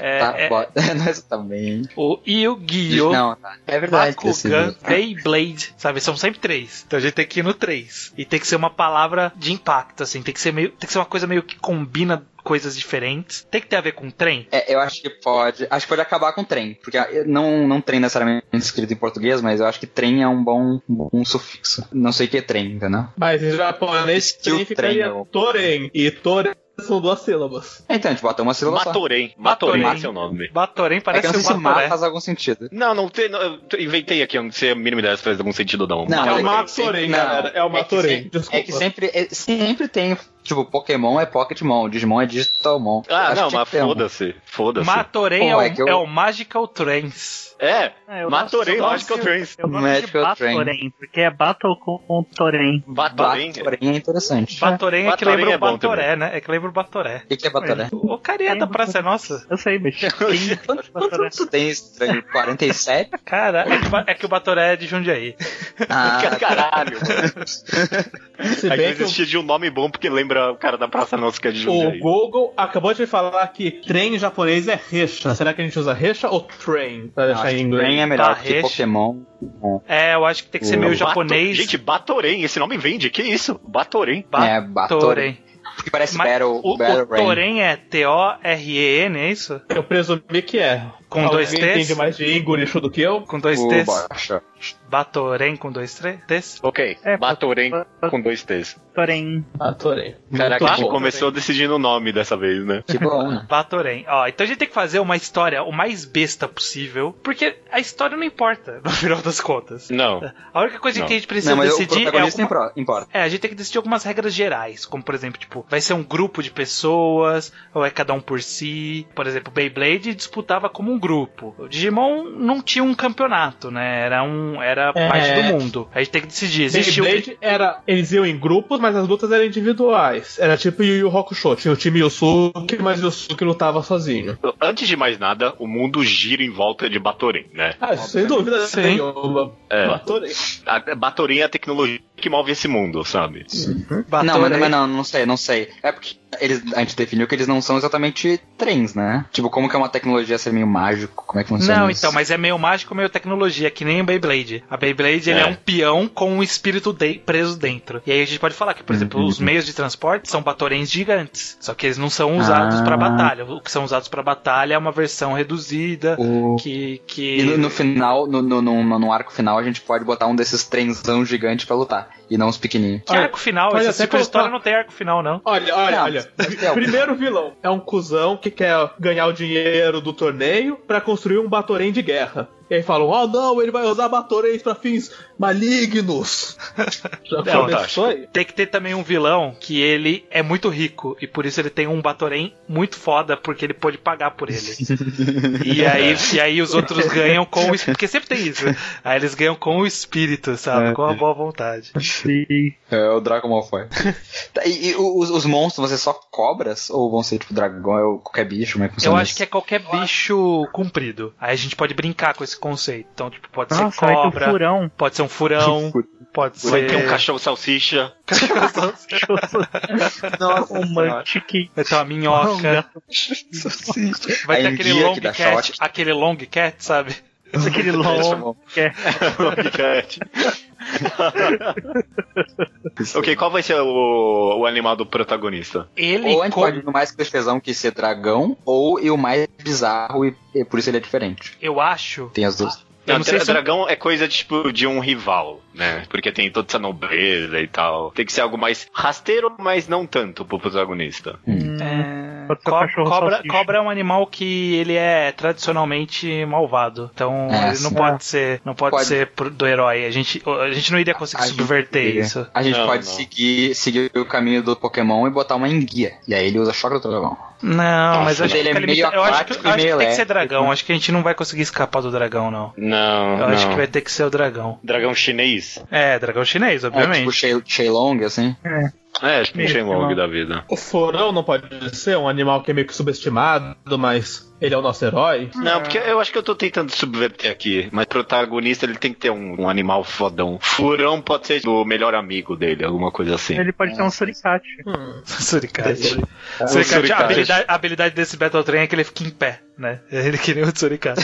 D: Também.
E: O Yu-Gi-Oh!
D: Não, tá. É verdade.
E: Bakugan, Beyblade, sabe? São sempre 3. Então a gente tem que ir no 3. E tem que ser uma palavra de impacto, assim. Tem que ser uma coisa meio que combina coisas diferentes. Tem que ter a ver com trem?
D: Eu acho que pode. Acho que pode acabar com trem. Porque não trem necessariamente escrito em português, mas eu acho que trem é um bom sufixo. Não sei o que é trem, entendeu?
C: Mas em japonês trem ficaria Toren. E Toren são 2 sílabas.
D: Então, a gente bota uma sílaba só.
A: Matorém é o nome.
E: Matorém parece
D: que
E: um Batoré.
D: Faz algum sentido.
A: Não tem. Eu inventei aqui, eu não sei a mínima ideia se faz algum sentido ou não.
C: É o Matorém, galera. É o Matorém.
D: É que sempre tem. Tipo, Pokémon é Pocketmon, Digimon é Digitalmon.
A: Mas foda-se.
E: Matorém é o Magical Trends.
A: Matorém, Magical Trends.
B: Eu gosto de Batorém, porque é Battle com Torém.
A: Batorém
D: é interessante.
E: Batorém é que lembra o Batoré, né? É que lembra o Batoré.
D: O que é Batoré?
E: O carinha da Praça é Nossa.
B: Eu sei, bicho.
D: Quantos tem estranho? 47?
E: Cara, é que o Batoré é de Jundiaí.
A: Caralho, mano. Se bem que existia de um nome bom porque lembra o cara da Praça Nossa que é de Jundiaí.
C: O Google acabou de me falar que trem em japonês é Recha. Será que a gente usa Recha ou Train? Pra deixar em inglês.
D: Trem é melhor que Pokémon.
E: Eu acho que tem que ser meio japonês.
A: Gente, Batorém, esse nome vende. Que isso? Batorém.
E: Batorém.
D: Porque parece Battle
E: o Toren é T-O-R-E-N, é isso?
C: Eu presumi que é.
E: Com 2 T's?
C: Entende mais de Igor do que eu?
E: Com 2 T's. Batoren com 2 T's?
A: Ok, Batoren com 2 T's.
B: Batoren.
A: Caraca, a gente começou decidindo o nome dessa vez, né?
D: Que bom, né?
E: Batoren. Ó, então a gente tem que fazer uma história o mais besta possível, porque a história não importa, no final das contas.
A: Não.
E: A única coisa que a gente precisa decidir
D: importa.
E: a gente tem que decidir algumas regras gerais, como por exemplo, tipo, vai ser um grupo de pessoas, ou é cada um por si. Por exemplo, Beyblade disputava como um grupo. O Digimon não tinha um campeonato, né? Era parte do mundo. A gente tem que decidir.
C: Beyblade eles iam em grupos, mas as lutas eram individuais. Era tipo Yu Yu Hakusho. Tinha o time Yusuke, mas o Yusuke lutava sozinho.
A: Antes de mais nada, o mundo gira em volta de Batoren, né?
C: Sem dúvida.
E: Sim.
C: Batoren.
A: Batoren é a tecnologia que move esse mundo, sabe?
D: Não sei. É porque a gente definiu que eles não são exatamente trens, né? Tipo, como que é uma tecnologia ser meio mágico? Como é que funciona
E: Não,
D: isso?
E: então, mas é meio mágico, meio tecnologia, que nem o Beyblade. A Beyblade, ele é um peão com um espírito preso dentro. E aí a gente pode falar que, por exemplo, os meios de transporte são batorens gigantes. Só que eles não são usados pra batalha. O que são usados pra batalha é uma versão reduzida que...
D: E no final, no arco final, a gente pode botar um desses trenzão gigantes pra lutar. E não os pequenininhos.
E: Que arco final? Essa tipo de história não tem arco final, não.
C: Olha. Primeiro vilão é um cuzão que quer ganhar o dinheiro do torneio pra construir um Batoren de guerra. E aí falam, não, ele vai usar Batorens pra fins malignos.
E: Tem que ter também um vilão que ele é muito rico e por isso ele tem um Batoren muito foda, porque ele pode pagar por ele. e aí os outros ganham com o espírito, porque sempre tem isso. Aí eles ganham com o espírito, sabe? Com a boa vontade.
D: É o Draco Malfoy. E os monstros vão ser só cobras? Ou vão ser tipo dragão ou qualquer bicho? Como é que funciona?
E: Eu acho que é qualquer bicho comprido. Aí a gente pode brincar com esse conceito. Então, tipo, pode ser cobra,
B: vai ter um furão.
E: Pode ser um furão, pode ser...
A: Vai ter um cachorro salsicha.
B: Nossa, um mantique.
E: Vai ter uma minhoca. Vai ter aquele long cat, sabe?
B: Aquele long cat.
A: Ok, qual vai ser o animal do protagonista?
D: Ou a gente pode ir no mais clichêzão que ser dragão, ou ir o mais bizarro e por isso ele é diferente.
E: Eu acho.
D: Tem as duas.
A: Não, dragão é coisa tipo de um rival, né? Porque tem toda essa nobreza e tal. Tem que ser algo mais rasteiro, mas não tanto pro protagonista.
E: Cobra é um animal que ele é tradicionalmente malvado. Então ele não pode ser do herói. A gente não iria conseguir subverter isso.
D: A gente pode seguir o caminho do Pokémon e botar uma enguia. E aí ele usa choque do dragão.
E: Não, mas eu acho que tem que ser dragão.
D: Né?
E: Acho que a gente não vai conseguir escapar do dragão, não.
A: Não.
E: Acho que vai ter que ser o dragão.
A: Dragão chinês?
E: É, dragão chinês, obviamente.
D: Tipo Shenlong, assim?
A: Tipo um Shenlong da vida.
C: O furão não pode ser um animal que é meio que subestimado, mas ele é o nosso herói?
A: Não, porque eu acho que eu tô tentando subverter aqui. Mas protagonista, ele tem que ter um animal fodão. Furão pode ser o melhor amigo dele, alguma coisa assim.
B: Ele pode ser um suricate.
E: Suricate. A habilidade desse Battle Train é que ele fica em pé, né? Ele que nem o suricate.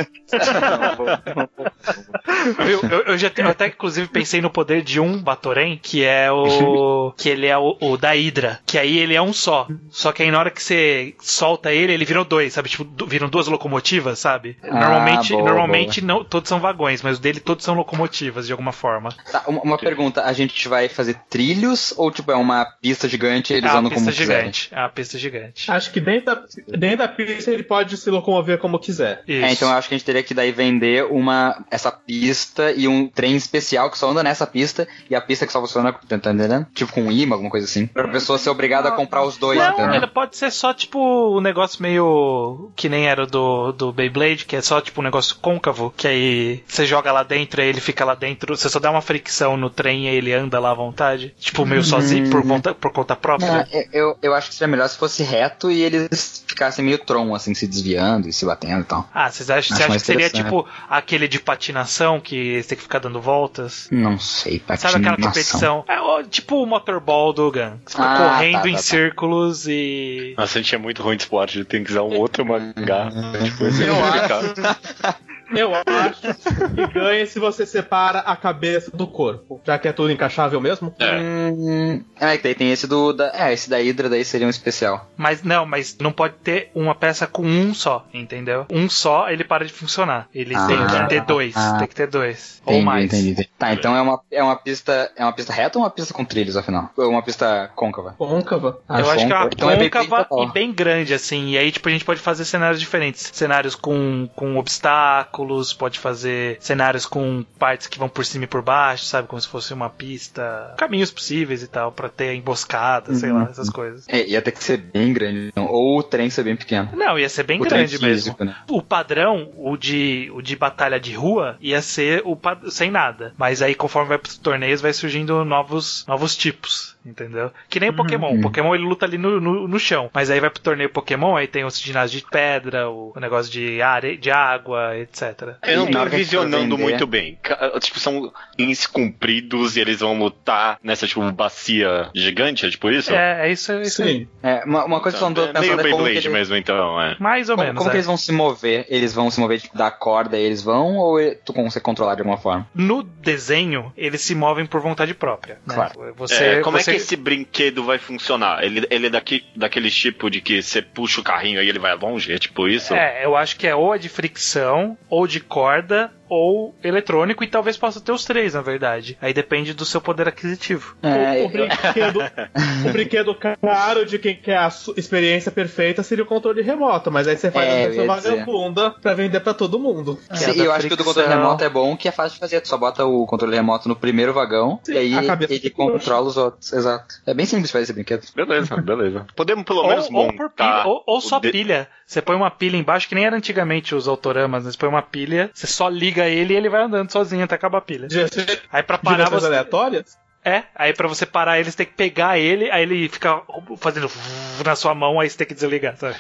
E: Eu até inclusive pensei no poder de um Batoren, que é que ele é o da Hydra, que aí ele é um só que aí na hora que você solta ele vira 2, sabe? Tipo, viram 2 locomotivas, sabe? Normalmente não, todos são vagões, mas o dele todos são locomotivas de alguma forma.
D: Tá, uma pergunta, a gente vai fazer trilhos ou tipo é uma pista gigante e eles andam como quiserem?
E: É uma pista gigante.
C: Acho que dentro da pista ele pode se locomover como quiser.
D: Então eu acho que a gente teria que daí vender essa pista e um trem especial que só anda nessa pista e a pista que só funciona, tá entendendo? Tipo com um imã, alguma coisa assim. Pra pessoa ser obrigada a comprar os dois.
E: Não, ele pode ser só tipo um negócio meio que nem era do Beyblade, que é só tipo um negócio côncavo, que aí você joga lá dentro e ele fica lá dentro, você só dá uma fricção no trem e ele anda lá à vontade. Tipo meio sozinho, por conta própria.
D: Não, eu acho que seria melhor se fosse reto e eles ficassem meio Tron, assim, se desviando e se batendo e tal.
E: Você acha que seria tipo aquele de patinação que você tem que ficar dando voltas?
D: Não sei, patinação.
E: Sabe aquela competição? Tipo o motorball do Gun. Você fica correndo em círculos e...
A: Nossa, a gente é muito ruim de esporte, tem que usar um outro mangá.
C: Eu acho que ganha se você separa a cabeça do corpo. Já que é tudo encaixável mesmo?
D: Daí tem esse esse da Hydra daí seria um especial.
E: Mas não pode ter uma peça com um só, entendeu? Um só, ele para de funcionar. Ele tem que ter dois. Tem que ter dois. Ou mais.
D: Entendi. Tá, então é uma pista reta ou uma pista com trilhos, afinal? Ou uma pista côncava?
C: Côncava.
E: Eu acho que é uma
D: então
E: côncava e bem grande, assim. E aí, tipo, a gente pode fazer cenários diferentes. Cenários com obstáculos, pode fazer cenários com partes que vão por cima e por baixo, sabe? Como se fosse uma pista. Caminhos possíveis e tal, pra ter emboscada, sei lá, essas coisas.
D: Ia ter que ser bem grande. Então. Ou o trem ser bem pequeno.
E: Não, ia ser bem grande mesmo. Né? O padrão, o de batalha de rua, ia ser sem nada. Mas aí, conforme vai pros torneios, vai surgindo novos tipos. Entendeu? Que nem o Pokémon. O Pokémon ele luta ali no chão. Mas aí vai pro torneio Pokémon, aí tem os ginásio de pedra, o negócio de água, etc.
A: Eu não tô visionando muito bem. Tipo, são links compridos e eles vão lutar nessa, tipo, bacia gigante, é tipo isso?
E: É isso aí.
D: Uma coisa que eu tô pensando
A: meio Beyblade mesmo, então,
E: Mais ou menos.
D: Como que eles vão se mover? Eles vão se mover tipo, da corda, eles vão, ou tu consegue controlar de alguma forma?
E: No desenho, eles se movem por vontade própria. Né?
D: Claro.
A: Como é que esse brinquedo vai funcionar? Ele é daquele tipo de que você puxa o carrinho e ele vai longe? É tipo isso?
E: Eu acho que é ou a de fricção, ou de corda, ou eletrônico, e talvez possa ter os três, na verdade. Aí depende do seu poder aquisitivo.
C: O brinquedo caro de quem quer a experiência perfeita seria o controle remoto, mas aí você faz essa vagabunda pra vender pra todo mundo.
D: Sim, eu acho que o do controle remoto é bom, que é fácil de fazer. Tu só bota o controle remoto no primeiro vagão, e aí ele controla os outros. Exato. É bem simples fazer esse brinquedo.
A: Beleza. Podemos pelo menos montar...
E: Ou só pilha. Você põe uma pilha embaixo, que nem era antigamente os autoramas, né? Você põe uma pilha, você só liga ele e ele vai andando sozinho até acabar a pilha. Aí pra parar você...
C: aleatórias?
E: Aí pra você parar ele, você tem que pegar ele, aí ele fica fazendo na sua mão, aí você tem que desligar, sabe?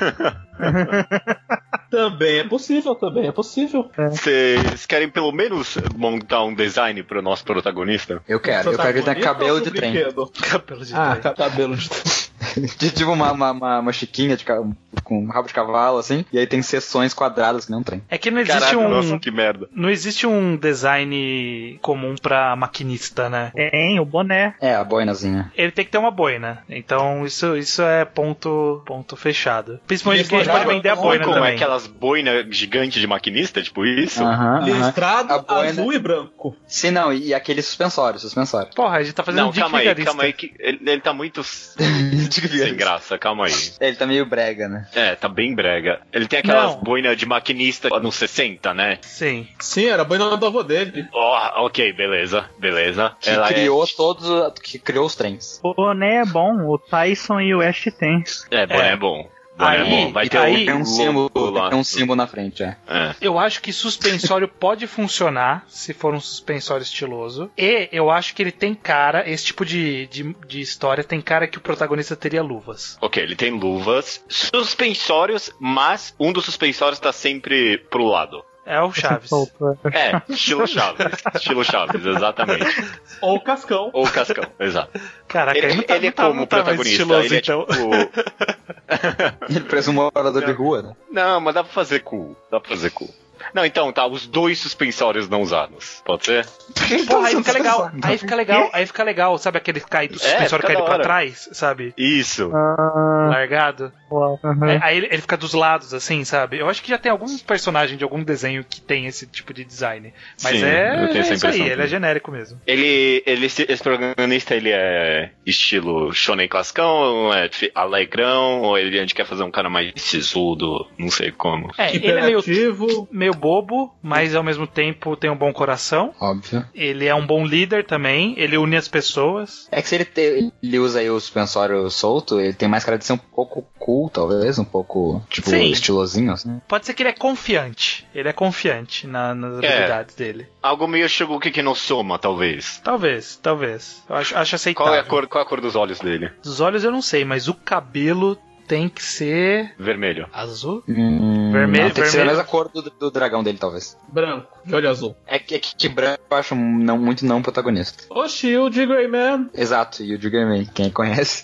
C: Também é possível.
A: Vocês querem pelo menos montar um design pro nosso protagonista?
D: Eu quero que ele tenha cabelo de trem.
E: Cabelo de trem.
C: Cabelo de trem.
D: Tipo uma chiquinha com um rabo de cavalo, assim, e aí tem seções quadradas que nem um trem.
E: É que não existe
A: Nossa, que merda.
E: Não existe um design comum pra maquinista, né?
B: Tem o boné.
D: A boinazinha.
E: Ele tem que ter uma boina. Então isso é ponto fechado. Principalmente porque a gente pode vender a boina
A: como
E: também.
A: Aquelas boinas gigantes de maquinista, tipo isso?
C: Listrado, azul e branco.
D: Sim, não, e aquele suspensório.
E: Porra, a gente tá fazendo
A: calma aí, que ele tá muito sem graça, calma aí.
D: Ele tá meio brega, né?
A: Tá bem brega. Ele tem aquelas boinas de maquinista nos 60, né?
E: Sim,
C: era a boina do avô dele.
A: Ok, beleza.
D: Que criou os trens.
B: O boné é bom, o Tyson e o Ash tem.
A: Boné é bom. Vai ter
D: um símbolo na frente,
E: Eu acho que suspensório pode funcionar se for um suspensório estiloso. E eu acho que ele tem cara, esse tipo de história tem cara que o protagonista teria luvas.
A: Ok, ele tem luvas, suspensórios, mas um dos suspensórios tá sempre pro lado.
E: É o Chaves.
A: Estilo Chaves, exatamente.
C: Ou Cascão,
A: exato.
E: Caraca,
A: ele é como protagonista, ele é
E: então.
A: tipo...
D: Ele parece um morador de rua, né?
A: Não, mas dá pra fazer cool. Não, então, os dois suspensórios não usados. Pode ser?
E: Porra, aí fica legal. Sabe aquele do suspensório caído pra trás, sabe?
A: Isso.
E: Largado. Aí ele fica dos lados, assim, sabe? Eu acho que já tem algum personagem de algum desenho que tem esse tipo de design. Mas
A: sim,
E: isso aí, ele é genérico mesmo.
A: Esse protagonista, ele é estilo shonen classicão, ou é alegrão, ou a gente quer fazer um cara mais sisudo, não sei como.
E: Ele é meio bobo, mas ao mesmo tempo tem um bom coração.
D: Óbvio.
E: Ele é um bom líder também, ele une as pessoas.
D: É que se ele usa aí o suspensório solto, ele tem mais cara de ser um pouco cool, talvez, um pouco, tipo, estilosinho, assim.
E: Pode ser que ele é confiante. Ele é confiante nas habilidades dele.
A: Algo meio Shogeki no Soma, talvez.
E: Talvez. Eu acho aceitável.
A: Qual é a cor dos olhos dele?
E: Dos olhos eu não sei, mas o cabelo tem que ser...
A: vermelho.
E: Azul?
D: Vermelho. Não, tem que ser a mesma cor do dragão dele, talvez.
C: Branco, de olho azul.
D: É que branco eu acho muito não protagonista.
C: O Shield Greyman.
D: Exato, e o Greyman, quem conhece?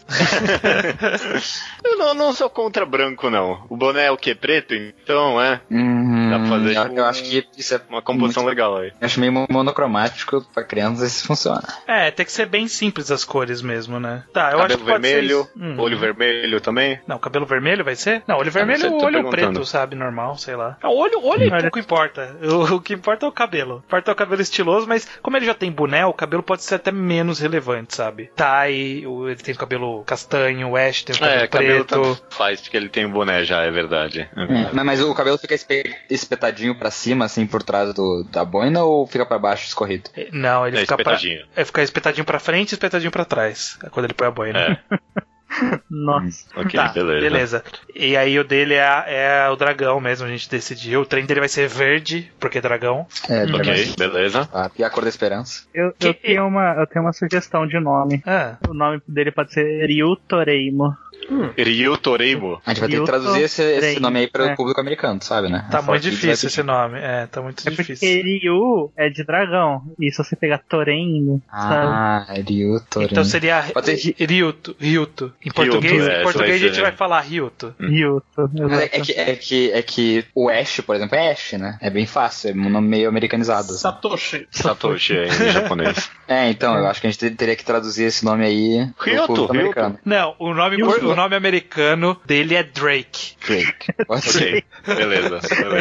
A: Eu não sou contra branco, não. O boné é o quê? Preto? Então, Dá pra fazer
D: eu acho que isso é
A: uma composição legal aí.
D: Eu acho meio monocromático pra crianças, isso funciona.
E: Tem que ser bem simples as cores mesmo, né? Tá, eu
A: cabelo
E: acho que pode
A: vermelho,
E: ser
A: olho vermelho também?
E: Não, cabelo vermelho vai ser? Não, olho vermelho ou olho preto, sabe? Normal, sei lá. Olho pouco importa. O que importa é o cabelo. Importa é o cabelo estiloso, mas como ele já tem boné, o cabelo pode ser até menos relevante, sabe? Tai, ele tem o cabelo castanho, o Ash tem o cabelo preto.
A: Cabelo faz, porque ele tem um boné já, é verdade.
D: Mas o cabelo fica espetadinho pra cima, assim, por trás da boina, ou fica pra baixo, escorrido?
E: Não, ele fica
A: espetadinho.
E: Fica espetadinho pra frente e espetadinho pra trás, quando ele põe a boina.
B: Nossa.
A: Ok,
E: tá,
A: beleza.
E: E aí o dele é o dragão mesmo, a gente decidiu. O trem dele vai ser verde, porque é dragão.
A: Ok, beleza.
D: E a cor da esperança?
B: Eu tenho uma sugestão de nome. O nome dele pode ser Ryu Toreimo.
A: Ryu Toreimo.
D: A gente vai ter que traduzir esse nome aí para o público americano, sabe, né?
E: Tá muito difícil esse nome. Tá muito difícil.
B: Porque Ryu é de dragão. E se você pegar Toreimo, sabe?
D: Ryu Toreimo.
E: Então seria Ryuto. Em português, a gente vai falar Ryuto.
B: Ryuto.
D: É que o Ash, por exemplo, é Ash, né? É bem fácil, é um nome meio americanizado.
C: Satoshi
A: em japonês.
D: Então, eu acho que a gente teria que traduzir esse nome aí pro público americano.
E: Não, o nome americano dele é Drake.
A: Ok, beleza.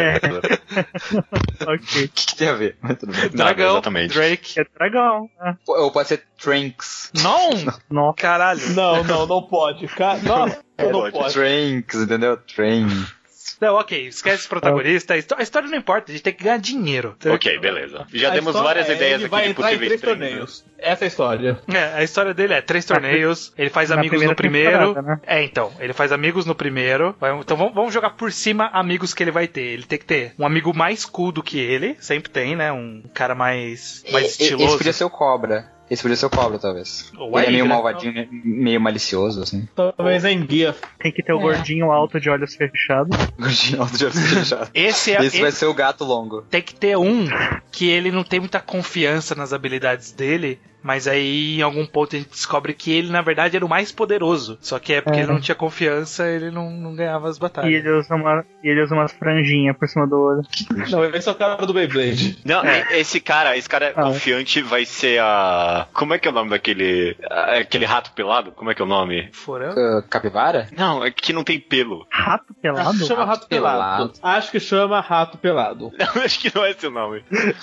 B: Ok.
D: O que tem a ver?
E: Dragão,
A: exatamente.
E: Drake.
B: É dragão.
D: Ou pode ser Trunks.
E: Não! Caralho.
C: Não pode. Nossa, não pode.
D: Trunks, entendeu? Trunks.
E: Não, ok, esquece o protagonista. A história não importa, a gente tem que ganhar dinheiro.
A: Ok, beleza. Já demos várias ideias aqui
C: vai
A: de
C: entrar em
A: possíveis
C: 3 torneios. Essa é a história.
E: A história dele é 3 torneios. Ele faz amigos no primeiro. Né? Então, ele faz amigos no primeiro. Então vamos jogar por cima amigos que ele vai ter. Ele tem que ter um amigo mais cool do que ele. Sempre tem, né? Um cara mais estiloso.
D: Esse podia ser o Cobra. Talvez. Ele é meio malvadinho, meio malicioso, assim.
C: Talvez é enguia.
B: Tem que ter o gordinho alto de olhos fechados.
D: Gordinho alto de olhos fechados. Esse vai ser o gato longo.
E: Tem que ter um que ele não tem muita confiança nas habilidades dele. Mas aí, em algum ponto, a gente descobre que ele, na verdade, era o mais poderoso. Só que porque ele não tinha confiança, ele não ganhava as batalhas.
B: E ele usa umas franjinhas por cima do olho.
C: Não, esse é o cara do Beyblade.
A: Não, esse cara confiante vai ser a... Como é que é o nome daquele... Aquele rato pelado? Como é que é o nome?
E: Furão?
D: Capivara?
A: Não, é que não tem pelo.
B: Rato pelado?
C: Acho que chama rato pelado. Acho que chama rato pelado.
A: Não, acho que não é esse o nome.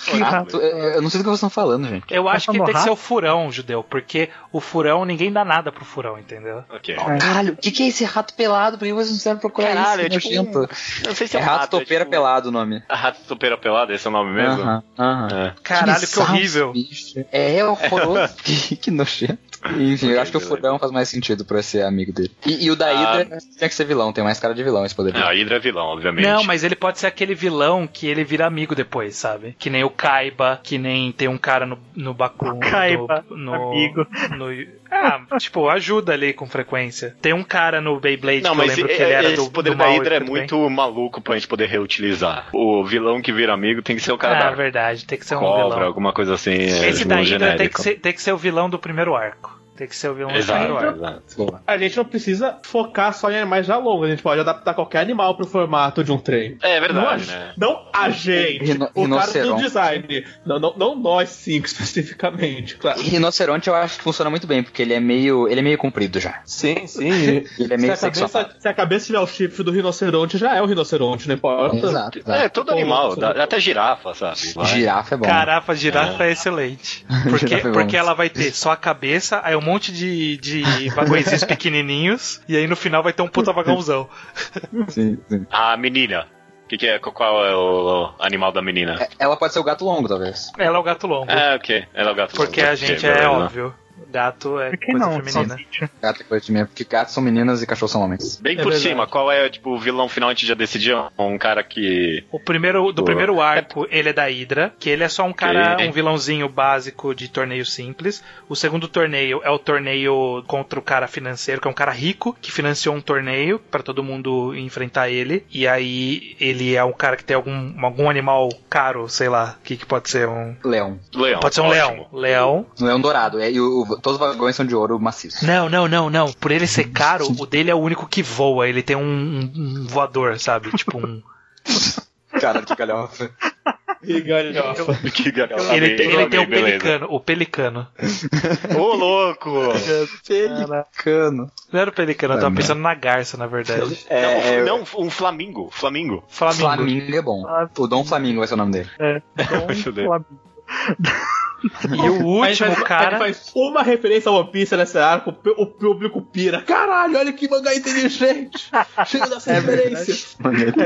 D: Eu não sei do que vocês estão falando, gente.
E: Eu acho que tem que ser o Furão, Judeu, porque o Furão, ninguém dá nada pro Furão, entendeu?
A: Ok.
D: Caralho, o que é esse rato pelado? Por que vocês não quiseram procurar isso?
A: É tipo não sei se é
D: rato topeira pelado o nome.
A: Rato topeira pelado, esse é o nome mesmo?
E: Caralho, que horrível.
D: É horroroso. que nojento. Enfim, eu acho que o Furão faz mais sentido pra ser amigo dele. E o da Hydra tinha que ser vilão, tem mais cara de vilão esse poder.
A: A Hydra é vilão, obviamente.
E: Não, mas ele pode ser aquele vilão que ele vira amigo depois, sabe? Que nem o Kaiba, que nem tem um cara no Baku.
B: Kaiba, amigo.
E: Tipo, ajuda ali com frequência. Tem um cara no Beyblade que eu lembro que ele era
A: esse poder da Hydra é muito maluco pra gente poder reutilizar. O vilão que vira amigo tem que ser o cara da
E: verdade, tem que ser um
A: cobra,
E: vilão.
A: Alguma coisa assim.
E: Esse da Hydra tem que ser o vilão do primeiro arco. Tem que ser o vilão do primeiro arco.
C: A gente não precisa focar só em animais já longos. A gente pode adaptar qualquer animal pro formato de um trem.
A: É verdade, né?
C: Não a gente. O cara do design. Não nós 5 especificamente, claro.
D: Rinoceronte eu acho que funciona muito bem, porque ele é meio comprido já.
C: Sim.
D: Ele é meio sexual.
C: Se a cabeça tiver o chifre do rinoceronte, já é o rinoceronte, não importa.
D: Exato.
A: Todo animal. Até girafa, sabe?
D: Girafa é bom.
E: Caraca, girafa é excelente. Porque ela vai ter só a cabeça, aí um monte de vagõezinhos pequenininhos, e aí no final vai ter um puta vagãozão.
D: Sim.
A: A menina. Qual é o animal da menina?
D: Ela pode ser o gato longo, talvez.
E: Ela é o gato longo.
A: Ok. Ela é o gato longo.
E: Porque a gente é óbvio. Gato é coisa feminina.
D: Gato é coisa feminina, porque gatos são meninas e cachorros são homens.
A: Bem por cima, qual é o vilão final? A gente já decidiu? Um cara que...
E: Do primeiro arco, ele é da Hydra, que ele é só um cara, um vilãozinho básico de torneio simples. O segundo torneio é o torneio contra o cara financeiro, que é um cara rico, que financiou um torneio pra todo mundo enfrentar ele. E aí, ele é um cara que tem algum animal caro, sei lá, o que pode ser um...
D: Leão.
E: Pode ser um leão.
D: Leão dourado, todos os vagões são de ouro maciço.
E: Não. Por ele ser caro, o dele é o único que voa. Ele tem um voador, sabe? Tipo um...
D: Cara, que galhofa.
C: Que galhofa.
E: Ele tem o pelicano.
A: Ô, louco!
D: Pelicano.
E: Não era o pelicano, eu tava pensando na garça, na verdade.
A: Não, um flamingo. Flamingo
D: é bom. O Dom Flamingo vai ser o nome dele.
B: Dom Flamingo.
E: E o último cara
C: faz uma referência ao One Piece nesse arco, o público pira. Caralho, olha que mangá inteligente. Cheio dessa referência.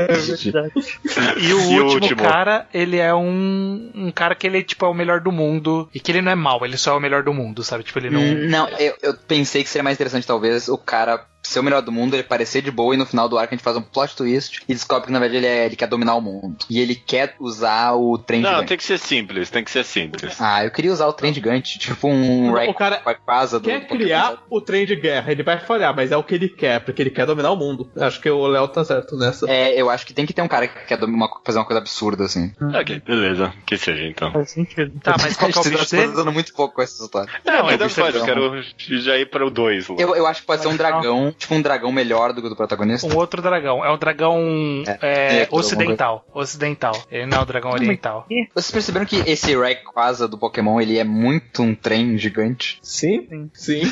E: E o último cara, ele é um cara que ele tipo, é o melhor do mundo. E que ele não é mau, ele só é o melhor do mundo, sabe? Tipo, ele não.
D: Não, eu pensei que seria mais interessante, talvez, o cara ser o melhor do mundo, ele parecer de boa e no final do arco a gente faz um plot twist e descobre que na verdade ele quer dominar o mundo. E ele quer usar o trem gigante.
A: Não, tem que ser simples.
D: Ah, eu queria usar o trem gigante, tipo um
C: o cara quer criar o trem de guerra, ele vai falhar, mas é o que ele quer, porque ele quer dominar o mundo. Acho que o Léo tá certo nessa.
D: Eu acho que tem que ter um cara que quer fazer uma coisa absurda, assim.
A: Ok, beleza, que seja então.
B: Faz sentido.
E: Tá, mas qual que é o bicho dele?
D: Tô dando muito pouco com essa história.
A: Não, mas eu quero já ir para o 2.
D: Eu acho que pode ser um dragão, tipo um dragão melhor do que o do protagonista.
E: Um outro dragão. É um dragão ocidental. Ele não é um dragão oriental.
D: Vocês perceberam que esse Rayquaza do Pokémon, ele é muito um trem gigante?
C: Sim.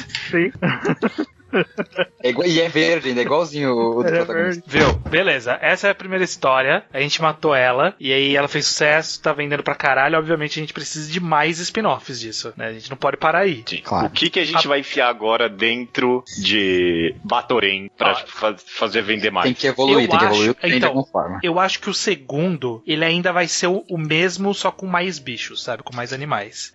D: E é verde ainda, é igualzinho o do protagonista.
E: Viu? Beleza, essa é a primeira história. A gente matou ela, e aí ela fez sucesso, tá vendendo pra caralho. Obviamente a gente precisa de mais spin-offs disso, né? A gente não pode parar aí.
A: Sim. Claro. O que a gente vai enfiar agora dentro de Batorém pra fazer vender mais?
D: Tem que evoluir de alguma forma.
E: Eu acho que o segundo, ele ainda vai ser o mesmo, só com mais bichos, sabe? Com mais animais.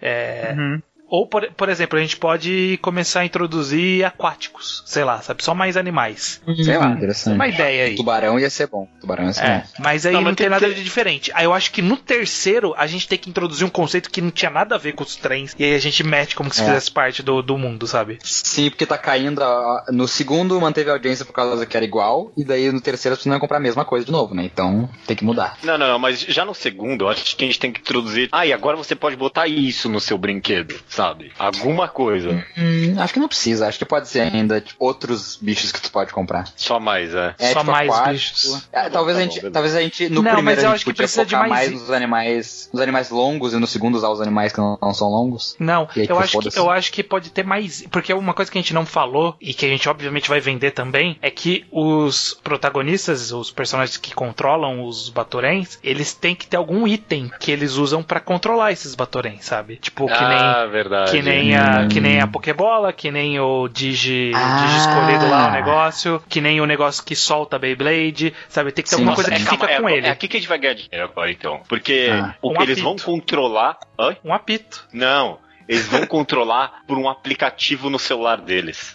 E: Ou, por exemplo, a gente pode começar a introduzir aquáticos, sei lá, sabe? Só mais animais.
D: Sei lá, interessante.
E: Uma ideia aí.
D: Tubarão ia ser bom. Bom.
E: Mas aí não tem nada de diferente. Aí eu acho que no terceiro a gente tem que introduzir um conceito que não tinha nada a ver com os trens. E aí a gente mete como se fizesse parte do mundo, sabe?
D: Sim, porque tá caindo. No segundo manteve a audiência por causa que era igual. E daí no terceiro você não vai comprar a mesma coisa de novo, né? Então tem que mudar.
A: Não, mas já no segundo eu acho que a gente tem que introduzir. E agora você pode botar isso no seu brinquedo, sabe? Alguma coisa.
D: Acho que não precisa. Acho que pode ser ainda outros bichos que tu pode comprar.
A: Só mais,
E: só tipo, mais bichos.
D: Talvez a gente no primeiro a gente podia focar mais nos animais longos e no segundo usar os animais que não são longos.
E: Não, eu acho que pode ter mais, porque uma coisa que a gente não falou e que a gente obviamente vai vender também é que os protagonistas, os personagens que controlam os Batoréns, eles têm que ter algum item que eles usam pra controlar esses Batoréns, sabe? Tipo,
A: verdade.
E: Que nem a Pokébola, que nem o Digi escolhido lá o negócio, que nem o negócio que solta a Beyblade, sabe? Tem que ter alguma coisa que fica com ele.
A: É aqui que a gente vai ganhar dinheiro agora, então. Porque o que eles vão controlar...
E: Um apito.
A: Não. Eles vão controlar por um aplicativo no celular deles.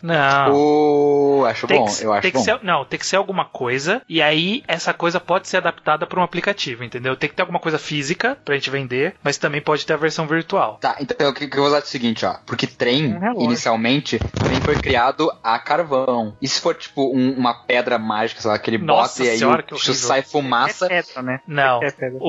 E: Não.
D: Acho bom. Eu acho bom.
E: Tem que ser alguma coisa. E aí, essa coisa pode ser adaptada para um aplicativo, entendeu? Tem que ter alguma coisa física pra gente vender, mas também pode ter a versão virtual.
D: Tá, então eu vou usar o seguinte, ó. Porque trem, inicialmente, trem foi criado a carvão. E se for, tipo, uma pedra mágica, sei lá, que ele bota e aí sai fumaça...
B: É pedra, né?
E: Não.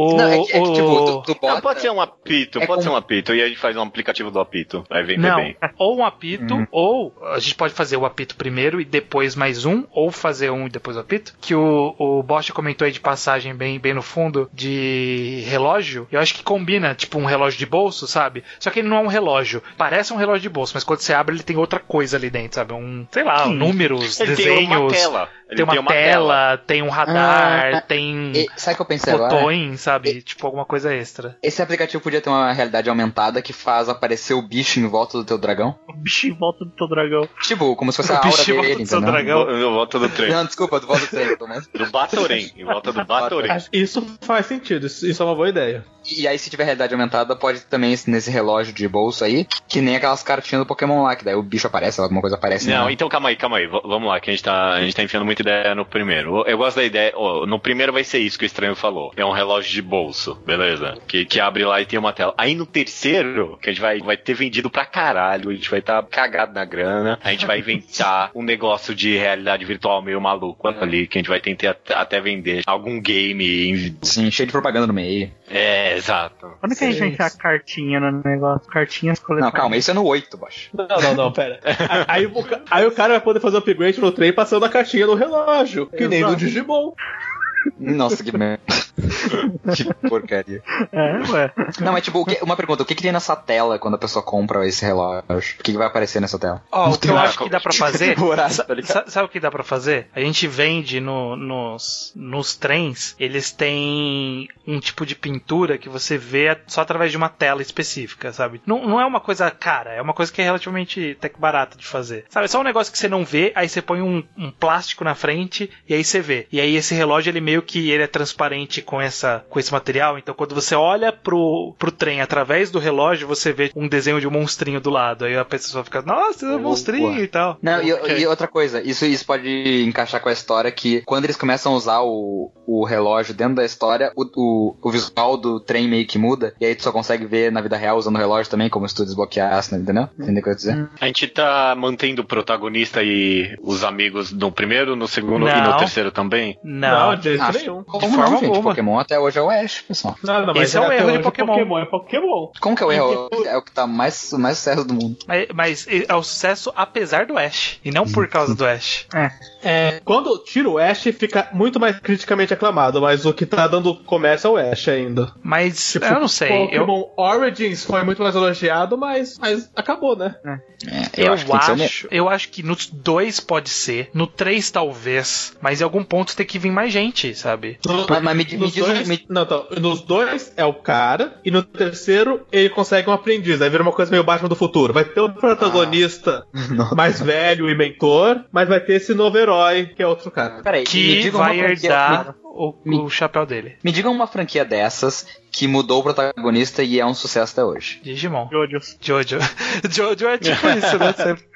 D: Tipo, tu bota...
A: Pode ser um apito, ser um apito. E aí a gente faz um aplicativo do apito. Vai vender bem.
E: Ou um apito, ou a gente pode fazer o apito primeiro e depois mais um, ou fazer um e depois o apito. Que o Bosch comentou aí de passagem bem no fundo de relógio. Eu acho que combina, tipo um relógio de bolso, sabe? Só que ele não é um relógio. Parece um relógio de bolso, mas quando você abre ele tem outra coisa ali dentro, sabe? Números,
A: ele
E: desenhos.
A: Tem uma tela.
E: Tem uma tela, tem um radar, tem
D: sabe o que eu pensei
E: botões, sabe? Tipo alguma coisa extra.
D: Esse aplicativo podia ter uma realidade aumentada que faz aparecer o bicho em volta do teu dragão.
B: O bicho em volta do teu dragão.
D: Tipo, como se fosse a aura dele,
E: entendeu? Dragão.
A: Em volta do trem.
D: Não, desculpa, do volta do trem.
A: Do Batorém, em volta do Batorém.
C: Isso faz sentido, isso é uma boa ideia.
D: E aí, se tiver realidade aumentada, pode também nesse relógio de bolso aí, que nem aquelas cartinhas do Pokémon lá, que daí o bicho aparece, alguma coisa aparece.
A: Não, então calma aí. Vamos lá, que a gente tá enfiando muita ideia no primeiro. Eu gosto da ideia, no primeiro vai ser isso que o Estranho falou. É um relógio de bolso, beleza? Que abre lá e tem uma tela. Aí no terceiro, que a gente vai ter vendido pra caralho, a gente vai estar cagado na grana, a gente vai inventar um negócio de realidade virtual meio maluco ali, que a gente vai tentar até vender algum game.
D: Sim, cheio de propaganda no meio.
A: Exato.
B: Quando que a gente vai enfiar cartinha no negócio? Cartinhas colecionáveis.
D: Não, calma, isso é no 8, Bosch.
C: Não, pera. Aí o cara vai poder fazer o upgrade no trem passando a cartinha no relógio, que nem no Digimon.
D: Nossa, que merda. Que porcaria.
B: Ué.
D: Não, mas tipo, uma pergunta, o que tem nessa tela quando a pessoa compra esse relógio? O que vai aparecer nessa tela?
E: O que eu acho que dá pra fazer...
D: Tá
E: sabe o que dá pra fazer? A gente vende nos trens, eles têm um tipo de pintura que você vê só através de uma tela específica, sabe? Não é uma coisa cara, é uma coisa que é relativamente até que barata de fazer. Sabe, é só um negócio que você não vê, aí você põe um plástico na frente e aí você vê. E aí esse relógio, ele meio que ele é transparente com esse material, então quando você olha pro trem através do relógio, você vê um desenho de um monstrinho do lado. Aí a pessoa fica, nossa, é um monstrinho e tal.
D: Não, e outra coisa, isso pode encaixar com a história que quando eles começam a usar o relógio dentro da história, o visual do trem meio que muda, e aí tu só consegue ver na vida real usando o relógio também, como se tu desbloqueasse, entendeu? Entendeu o que eu ia dizer?
A: A gente tá mantendo o protagonista e os amigos no primeiro, no segundo e no terceiro também?
C: Não, de jeito nenhum.
D: De forma alguma. Pokémon até hoje é o Ash, pessoal.
C: Não, mas
E: esse é o erro de Pokémon.
C: É Pokémon.
D: Como que é o erro? É o que tá mais sucesso do mundo.
E: Mas é o sucesso apesar do Ash, e não por causa do Ash.
C: Quando tira o Ash, fica muito mais criticamente aclamado, mas o que tá dando comércio é o Ash ainda.
E: Mas
C: tipo,
E: eu não sei.
C: Pokémon Origins foi muito mais elogiado, mas acabou, né?
E: Eu acho que nos 2 pode ser, no 3 talvez, mas em algum ponto tem que vir mais gente, sabe?
D: Mas me diz
C: nos 2 é o cara, e no terceiro ele consegue um aprendiz, aí vira uma coisa meio Batman do futuro. Vai ter um protagonista mais velho e mentor, mas vai ter esse novo herói, que é outro cara.
D: Peraí,
E: que vai herdar o chapéu dele.
D: Me diga uma franquia dessas que mudou o protagonista e é um sucesso até hoje.
E: Digimon.
B: Jojo
E: é tipo isso, né? Sempre.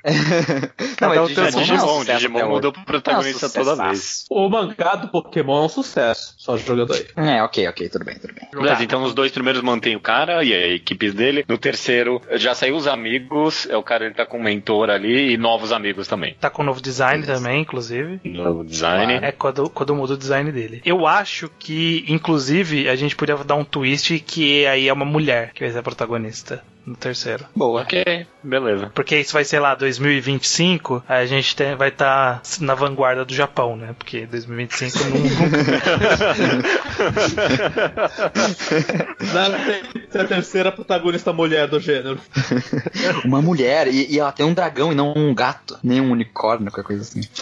A: Digimon mudou o protagonista toda vez.
C: O mangá do Pokémon é um sucesso. Só jogando aí.
D: Ok, tudo bem.
A: Beleza, então nos 2 primeiros mantém o cara e a equipe dele. No terceiro já saiu os amigos, o cara ele tá com um mentor ali e novos amigos também.
E: Tá com um novo design também, inclusive.
A: Novo design.
E: É quando muda o design dele. Eu acho que, inclusive, a gente podia dar um twist que aí é uma mulher que vai ser a protagonista no terceiro.
A: Boa. Ok, beleza.
E: Porque isso vai ser lá 2025, aí a gente vai estar na vanguarda do Japão, né? Porque 2025
C: é a terceira protagonista mulher do gênero.
D: Uma mulher, e ela tem um dragão e não um gato, nem um unicórnio, qualquer coisa assim.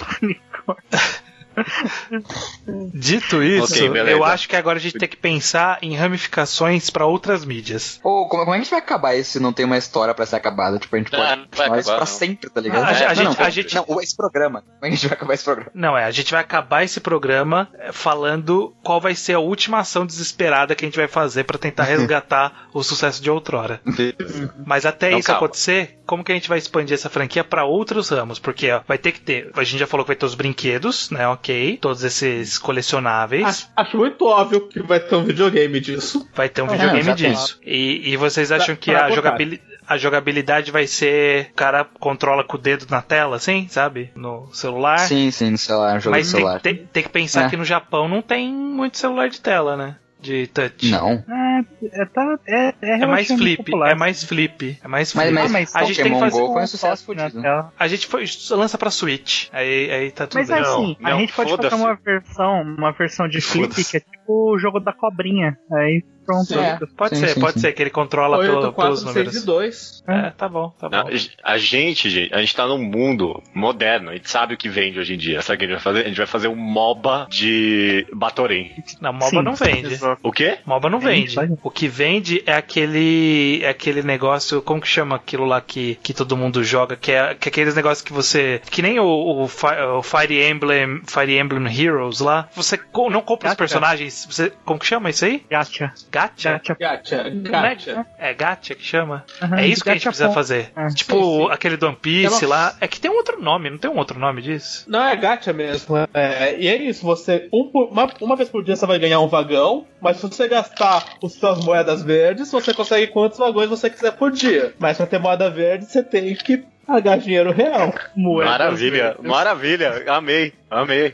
E: Dito isso, eu acho que agora a gente tem que pensar em ramificações pra outras mídias.
D: Como é que a gente vai acabar isso se não tem uma história pra ser acabada? Tipo, a gente pode falar isso pra sempre, tá ligado? Esse programa. Como é que a gente vai acabar esse programa?
E: Não, a gente vai acabar esse programa falando qual vai ser a última ação desesperada que a gente vai fazer pra tentar resgatar o sucesso de outrora. Mas até isso acontecer, como que a gente vai expandir essa franquia pra outros ramos? Porque vai ter que ter, a gente já falou que vai ter os brinquedos, né? Ok, todos esses colecionáveis.
C: Acho muito óbvio que vai ter um videogame disso.
E: Vai ter um videogame disso. E vocês acham que a jogabilidade vai ser... O cara controla com o dedo na tela, assim, sabe? No celular?
D: Sim, no celular, jogo de celular.
E: Mas tem que pensar que no Japão não tem muito celular de tela, né? De touch.
D: Não.
E: É mais flip. Popular. É mais flip.
D: Mas
E: a gente tem que fazer
D: Go foi um sucesso fodido.
E: A gente lança pra Switch. Aí tá tudo
B: bem. Mas assim, a gente pode fazer uma versão de flip que é tipo o jogo da cobrinha. Aí pronto.
E: Pode ser que ele controla pelos números.
C: 6 e 2.
E: Tá bom.
A: A gente tá num mundo moderno. A gente sabe o que vende hoje em dia. Sabe o que a gente vai fazer? A gente vai fazer um MOBA de Batorim.
E: Não, MOBA não vende.
A: O quê?
E: MOBA não vende. O que vende é aquele negócio, como que chama aquilo lá que todo mundo joga, que é aqueles negócios que você, que nem o Fire Emblem Heroes lá, você não compra os personagens, você, como que chama isso aí?
B: Gacha.
E: É gacha que chama? É isso que a gente precisa fazer. Tipo aquele do One Piece lá, é que tem um outro nome, não tem um outro nome disso?
C: Não, é gacha mesmo. E é isso, você uma vez por dia você vai ganhar um vagão, mas se você gastar as suas moedas verdes, você consegue quantos vagões você quiser por dia. Mas pra ter moeda verde, você tem que pagar dinheiro real.
A: Maravilha, amei. Amei.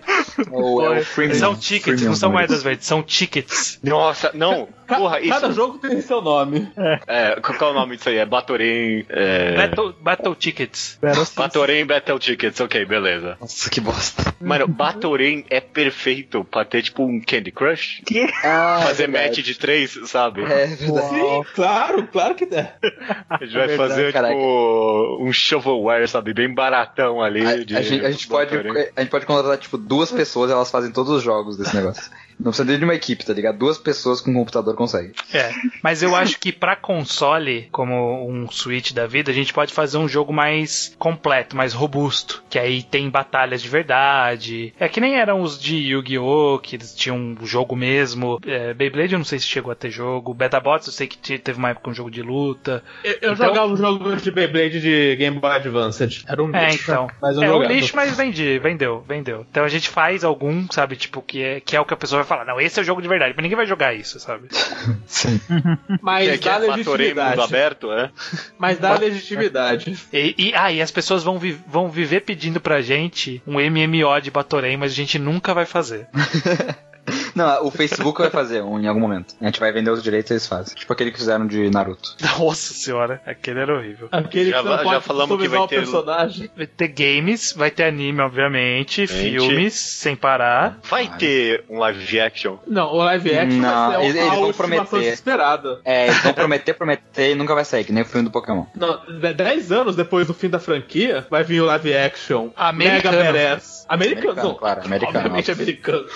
E: São tickets, não são moedas verdes, são tickets.
A: Nossa, não. Porra,
C: cada jogo tem seu nome.
A: Qual é o nome disso aí? É Batorém...
E: Battle Tickets.
A: Batorém Battle Tickets, ok, beleza.
D: Nossa, que bosta.
A: Mano, Batorém é perfeito pra ter tipo um Candy Crush.
B: Que?
A: Fazer match de 3, sabe?
D: É verdade.
C: Sim, claro que é.
A: A gente vai fazer tipo um shovelware, sabe? Bem baratão ali.
D: A gente pode contratar tipo 2 pessoas, elas fazem todos os jogos desse negócio. Não precisa nem de uma equipe, tá ligado? 2 pessoas com um computador conseguem.
E: Mas eu acho que pra console, como um Switch da vida, a gente pode fazer um jogo mais completo, mais robusto. Que aí tem batalhas de verdade. Que nem eram os de Yu-Gi-Oh! Que eles tinham um jogo mesmo. Beyblade eu não sei se chegou a ter jogo. Betabots eu sei que teve uma época um jogo de luta.
C: Eu jogava um jogo de Beyblade de Game Boy Advance. Era um lixo.
E: Então.
C: Mas
E: um lixo, mas vendeu. Então a gente faz algum, sabe, tipo, que é o que a pessoa vai falar. Não, esse é o jogo de verdade, mas ninguém vai jogar isso, sabe?
D: Sim.
C: Mas dá legitimidade.
A: Mundo aberto,
C: Mas dá legitimidade.
E: E as pessoas vão viver pedindo pra gente um MMO de Batorém, mas a gente nunca vai fazer.
D: Não, o Facebook vai fazer em algum momento. A gente vai vender os direitos e eles fazem. Tipo aquele que fizeram de Naruto.
E: Nossa senhora, aquele era horrível.
C: Aquele que não pode
A: falamos que vai ter
C: personagem.
E: Vai ter games, vai ter anime, obviamente, filmes, sem parar.
A: Vai ter um live action?
C: Não, o live action vai ser
D: eles vão prometer.
C: Desesperada.
D: Eles vão prometer e nunca vai sair, que nem o filme do Pokémon.
C: Não, 10 anos depois do fim da franquia, vai vir o live action
E: americano.
C: Mega Badass. Americano,
D: claro, americano.
C: Obviamente americano.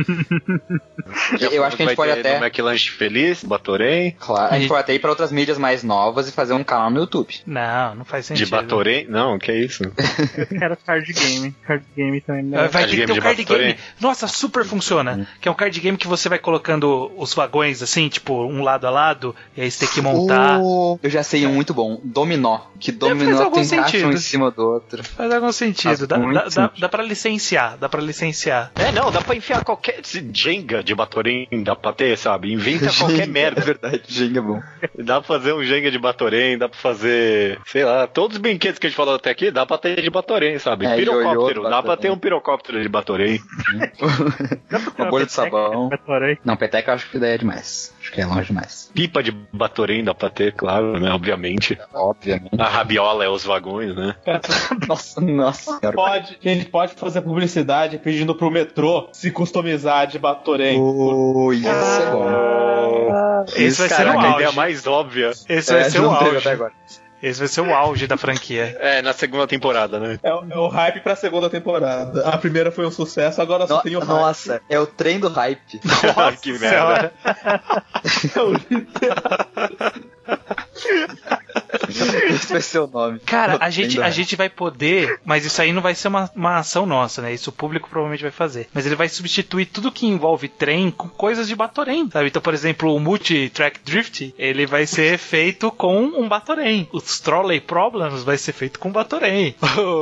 D: Eu acho que a gente pode até...
A: No McLanche Feliz, Batorém.
D: Claro, a gente pode até ir pra outras mídias mais novas e fazer um canal no YouTube.
E: Não faz sentido.
A: De Batorém? Não, que é isso?
B: Eu quero card game. Card game também.
E: Vai ter que ter um card game. Nossa, super funciona. Que é um card game que você vai colocando os vagões assim, tipo, um lado a lado, e aí você tem que montar.
D: Eu já sei um muito bom. Dominó. Que dominó tem caixa um em cima do outro.
E: Faz algum sentido. Dá pra licenciar.
A: Dá pra enfiar qualquer Jenga de Batorém, dá pra ter, sabe? Inventa qualquer merda.
D: É verdade, Jenga é bom.
A: Dá pra fazer um Jenga de Batorém, dá pra fazer, sei lá, todos os brinquedos que a gente falou até aqui, dá pra ter de Batorém, sabe? Pirocóptero, dá pra ter um pirocóptero de Batorém.
D: Uma bolha de sabão. Não, peteca eu acho que ideia é demais. Acho que é longe demais.
A: Pipa de Batorém dá pra ter, claro, né? Obviamente.
D: Obviamente.
A: A rabiola é os vagões, né?
D: Nossa.
C: A gente pode fazer publicidade pedindo pro metrô se customizar de Batorém.
D: Isso é bom.
E: Esse vai ser o auge.
A: A ideia mais óbvia.
E: Esse vai ser o auge. Esse vai ser o auge da franquia.
A: Na segunda temporada, né?
C: É o hype pra segunda temporada. A primeira foi um sucesso, agora só tem o hype.
D: Nossa, é o trem do hype.
E: Nossa, que merda.
D: Esse vai ser o nome.
E: Cara, a gente vai poder, mas isso aí não vai ser uma ação nossa, né? Isso o público provavelmente vai fazer. Mas ele vai substituir tudo que envolve trem com coisas de Batorém, sabe? Então, por exemplo, o Multi-Track Drift, ele vai ser feito com um Batorém. Os Trolley Problems vai ser feito com Batorém.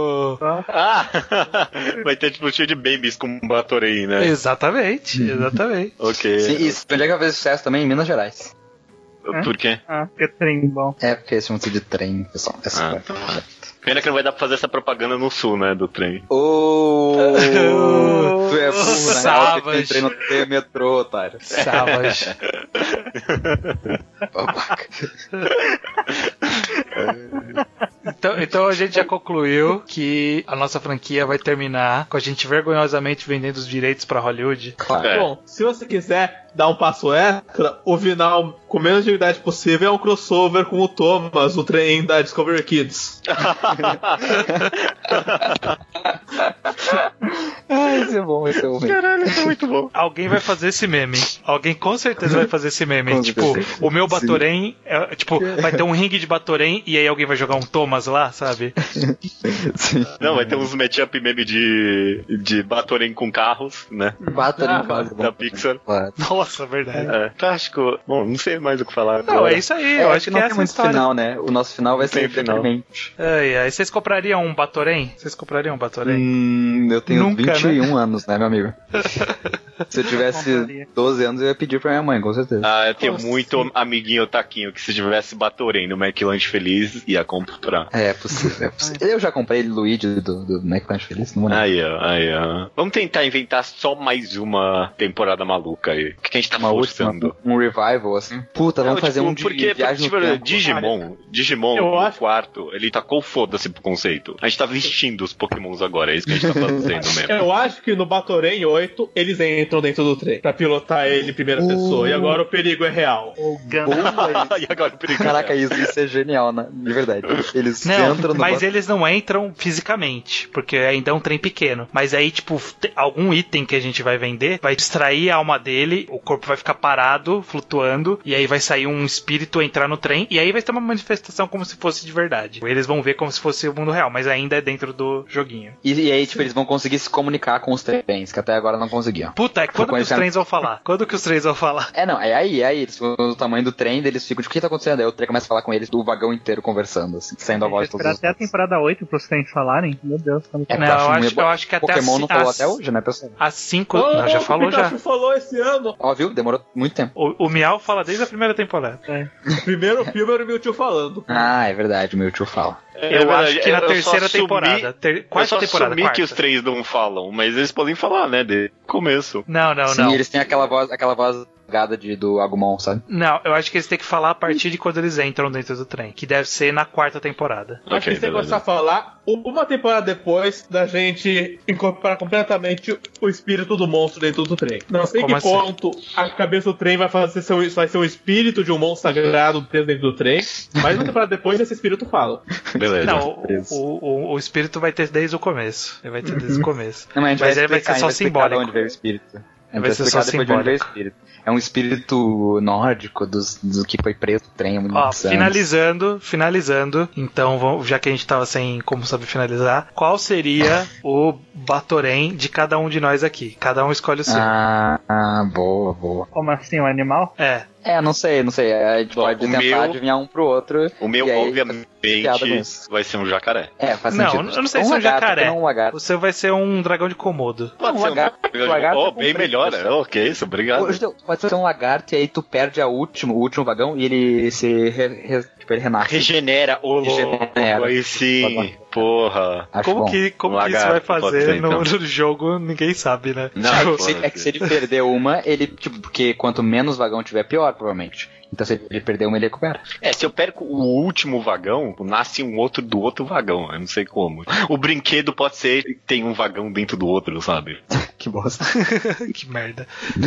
A: Vai ter tipo cheio de babies com Batorém, né?
E: Exatamente.
A: Ok.
D: Sim, isso. Onde é que vai fazer sucesso também? Em Minas Gerais.
A: Por quê?
B: Porque é trem bom.
D: É, porque esse monte de trem, pessoal.
A: Pena que não vai dar pra fazer essa propaganda no sul, né, do trem.
D: Tu é burro,
E: Savage.
D: Entrei no metrô, otário.
E: Savage.
D: Babaca.
E: Então a gente já concluiu que a nossa franquia vai terminar com a gente vergonhosamente vendendo os direitos pra Hollywood.
D: Claro.
C: Bom, se você quiser dar um passo extra, o final com menos dignidade possível é um crossover com o Thomas, o trem da Discovery Kids.
D: Esse é bom, esse é bom.
A: Caralho, isso é muito bom.
E: Alguém vai fazer esse meme. Alguém com certeza vai fazer esse meme. Tipo, o meu Batorém, vai ter um ringue de Batorém e aí alguém vai jogar um Thomas lá, sabe?
D: Sim.
A: Não, vai ter uns matchup meme de Batorém com carros, né?
D: Batorém com carros.
A: Da Pixar.
E: Nossa, verdade.
A: Fantástico. Bom, não sei mais o que falar.
E: Não, é isso aí. Eu acho que
D: não
E: é
D: tem
E: essa
D: muito
E: história.
D: final, né? O nosso final vai ser deprimente.
E: Aí, vocês comprariam um Batorém? Eu tenho
D: Nunca, 21
E: né?
D: anos, né, meu amigo? Se eu tivesse 12 anos, eu ia pedir pra minha mãe, com certeza.
A: Eu tenho muito amiguinho taquinho que se tivesse Batorém no McLanche Feliz, ia comprar.
D: É possível. Eu já comprei Luigi do McLanche Feliz. Não
A: Aí, ó. Vamos tentar inventar só mais uma temporada maluca aí. O que a gente tá forçando?
D: Um revival, assim. Puta, vamos fazer um de viagem no tempo.
A: Digimon, no quarto, ele tacou foda-se pro conceito. A gente tá vestindo os Pokémons agora, é isso que a gente tá fazendo mesmo.
C: Eu acho que no Batorém 8, eles entram dentro do trem pra pilotar ele em primeira pessoa. E agora o perigo é real.
A: E agora o perigo
D: Caraca, isso é genial, né? De verdade. Eles entram no
E: mas eles não entram fisicamente, porque ainda é um trem pequeno. Mas aí, tipo, algum item que a gente vai vender vai extrair a alma dele, o corpo vai ficar parado, flutuando, e aí vai sair um espírito entrar no trem, e aí vai ter uma manifestação como se fosse de verdade. Eles vão ver como se fosse o mundo real, mas ainda é dentro do joguinho.
D: E aí, tipo, eles vão conseguir se comunicar com os trens, que até agora não conseguiam.
E: Puta, quando que os trens vão falar? Quando que os trens vão falar?
D: Não, é aí, eles ficam no tamanho do trem, eles ficam, tipo, o que tá acontecendo? Aí o trem começa a falar com eles, do vagão inteiro conversando, assim, saindo a voz de todos os
B: até a temporada 8 pros trens falarem? Meu Deus.
E: Eu acho que até
D: Pokémon não falou até hoje, né, pessoal?
E: As 5... Não, já falou já.
C: O falou esse ano.
D: Ó, viu? Demorou muito tempo.
E: O Miau fala desde a primeira temporada.
C: O primeiro filme era o Mewtwo falando.
D: É verdade, o Mewtwo fala.
E: Eu acho que na terceira temporada. Quarta temporada.
A: Eu que os três não falam, mas eles podem falar, né? De começo.
E: Não.
D: Sim, eles têm aquela voz do Agumon, sabe?
E: Não, eu acho que eles têm que falar a partir de quando eles entram dentro do trem, que deve ser na quarta temporada.
C: Acho que eles têm que começar a falar uma temporada depois da gente incorporar completamente o espírito do monstro dentro do trem. Não sei que ponto a cabeça do trem vai ser um espírito de um monstro sagrado preso dentro do trem, mas uma temporada depois esse espírito fala.
A: Beleza.
E: Não, o espírito vai ter desde o começo. Ele vai ter desde o começo.
D: Não, mas
E: ele vai ser só simbólico.
D: Onde veio o espírito.
E: Vai ser só simbólico.
D: É um espírito nórdico do que foi preso no trem há muitos anos.
E: Finalizando. Então, já que a gente tava sem como saber finalizar, qual seria o Batorém de cada um de nós aqui? Cada um escolhe o seu.
D: Boa.
B: Como assim, um animal?
D: Não sei. A gente pode tentar adivinhar um pro outro.
A: O meu, obviamente, vai ser um jacaré.
D: Faz sentido.
E: Não, eu não sei se é um jacaré. O seu vai ser um dragão de Komodo.
A: Pode ser um lagarto. Bem melhor. Ok, isso, obrigado.
D: Pode ser um lagarto e aí tu perde o último vagão e ele se ele renasce.
A: Regenera. Aí sim. Porra.
E: Como que isso vai fazer no jogo, ninguém sabe, né?
D: Não, é que se ele perder uma, ele, tipo, porque quanto menos vagão tiver, pior, provavelmente. Então se ele perder uma, ele recupera.
A: Se eu perco o último vagão, nasce um outro do outro vagão. Eu não sei como. O brinquedo pode ser que tem um vagão dentro do outro, sabe?
D: Que bosta.
E: Que merda.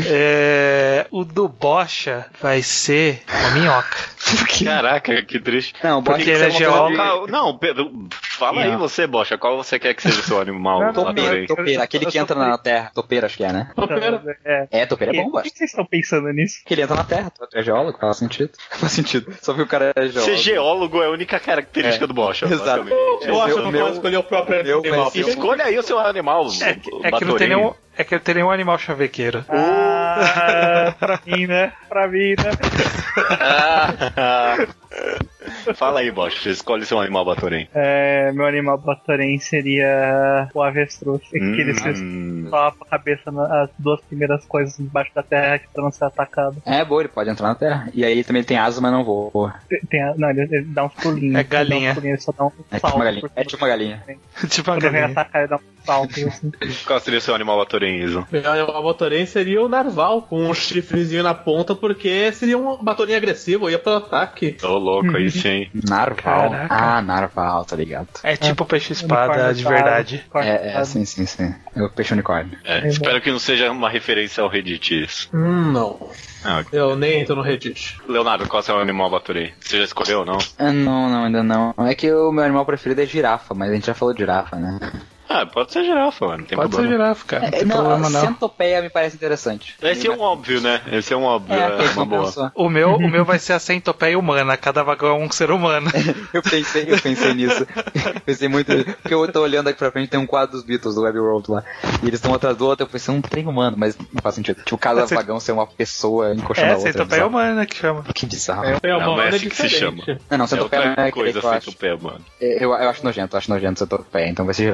E: O do Bocha vai ser uma minhoca.
A: Caraca, que triste.
E: Não, porque ele é geólogo.
A: Não, Pedro, fala aí você, Bocha. Qual você quer que seja o seu animal?
D: Topeira, aquele que entra na terra. Topeira, acho que é, né?
C: Topeira.
D: Topeira é bom, Bocha.
B: Por que vocês estão pensando nisso?
D: Que ele entra na terra, tu é geólogo, faz sentido. Só que o cara é geólogo.
A: Ser geólogo é a única característica do Bocha.
D: Exatamente.
C: O Bocha não pode escolher o próprio animal.
A: Escolha aí o seu animal.
E: É que não tem nenhum. É que eu teria um animal chavequeiro.
B: Pra mim, né?
A: Fala aí, Bosch. Você escolhe seu animal Batorém.
B: Meu animal Batorém seria o avestruz. Que ele só a cabeça nas duas primeiras coisas embaixo da terra pra não ser atacado.
D: Boa, ele pode entrar na terra. E aí também tem asa, mas não voa.
B: Não, ele dá uns pulinhos.
E: É galinha.
B: Ele só dá um salto.
D: É tipo uma galinha.
E: Quando
B: ele atacar, ele dá um salto. Assim.
A: Qual seria o seu animal Batorém, Iso?
C: Meu animal Batorém seria o narval, com um chifrezinho na ponta, porque seria um Batorém agressivo, ia pro ataque.
A: Ô, louco, aí sim.
D: Narval.
E: Caraca.
D: Narval, tá ligado.
E: É tipo peixe-espada de verdade.
D: Sim. É o peixe unicórnio.
A: Espero que não seja uma referência ao Reddit isso.
C: Não.
A: Okay.
C: Eu nem entro no Reddit.
A: Leonardo, qual é o seu animal Batorém? Você já escolheu ou não?
D: Não, ainda não. É que o meu animal preferido é girafa, mas a gente já falou de girafa, né?
A: Pode ser girafa, mano. Não tem
E: pode
A: problema.
E: ser girafa, cara. Não tem problema, não.
D: Centopeia me parece interessante.
A: Esse é um óbvio, né? Esse é um óbvio. Uma boa.
E: O meu vai ser a centopeia humana. Cada vagão é um ser humano.
D: Eu pensei nisso. Pensei muito. Porque eu tô olhando aqui pra frente, tem um quadro dos Beatles, do Web World lá. E eles estão atrás do outro. Eu pensei, um trem humano, mas não faz sentido. Tipo, cada vagão ser uma pessoa encoxando a outra.
E: Centopeia humana que chama.
D: Que bizarro.
A: Não é assim que se chama.
D: Não, centopeia
A: é outra coisa, centopeia humana.
D: Eu acho nojento centopeia, então vai ser girafa o meu.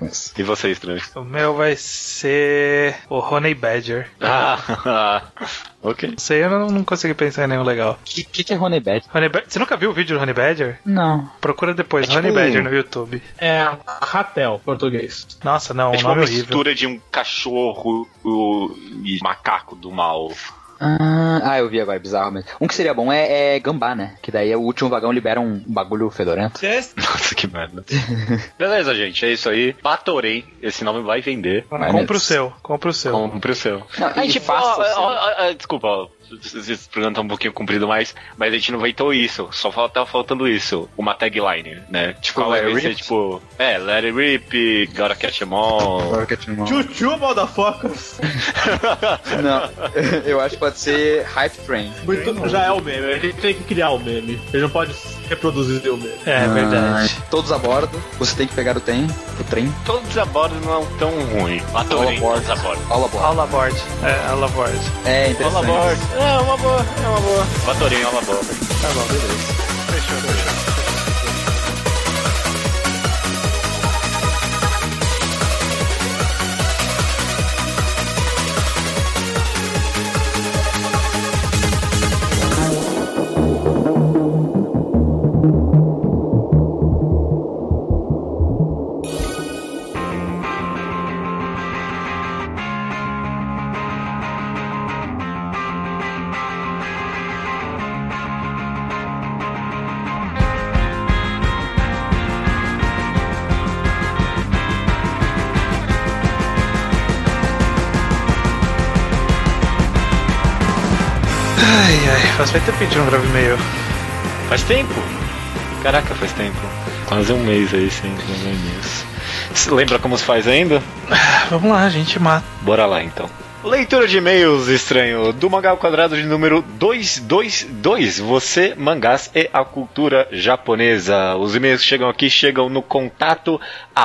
D: com isso.
A: E você, Estranho?
E: O meu vai ser o Honey Badger.
A: Ok.
E: Não sei, eu não consegui pensar em nenhum legal.
D: O que é Honey Badger?
E: Você nunca viu o vídeo do Honey Badger?
D: Não.
E: Procura depois,
A: tipo
E: Honey Badger no YouTube.
C: É Ratel, português.
E: Nossa, não,
A: É
E: o
A: tipo uma
E: nome é horrível.
A: mistura de um cachorro e macaco do mal.
D: Eu vi agora, bizarro mesmo. Um que seria bom é Gambá, né? Que daí o último vagão libera um bagulho fedorento.
A: Nossa, que merda. Beleza, gente, é isso aí. Batorei, esse nome vai vender.
E: Compra o seu.
A: Compre o seu.
D: Não,
A: A gente
D: faça
A: desculpa, ó. Esse programa tá um pouquinho comprido mais, mas a gente não inventou isso. Só tá faltando isso. Uma tagline, né? Tipo,
D: Let It
A: vai ser
D: Rip?
A: tipo... Let It Rip, Gotta Catch 'Em All.
C: Chuchu, motherfuckers!
D: Não, eu acho que pode ser Hype Train.
C: Já é o meme, a gente tem que criar o meme. Ele não pode reproduzir o meme.
E: É verdade.
D: Todos a bordo, você tem que pegar o trem.
A: Todos a bordo não é tão ruim. Batorei, todos a bordo.
D: All aboard.
E: All aboard. All aboard.
D: É interessante.
A: All aboard. É uma boa. Batorei, all aboard.
D: Tá bom, beleza.
A: Fechou.
E: Faz tempo que a gente não grava e-mail.
A: Faz tempo? Caraca, faz tempo. Quase um mês aí sem gravar e-mails. Você lembra como se faz ainda?
E: Vamos lá, a gente mata.
A: Bora lá então. Leitura de e-mails, Estranho, do Mangá ao Quadrado de número 222. Você, mangás e a cultura japonesa. Os e-mails que chegam aqui chegam no contato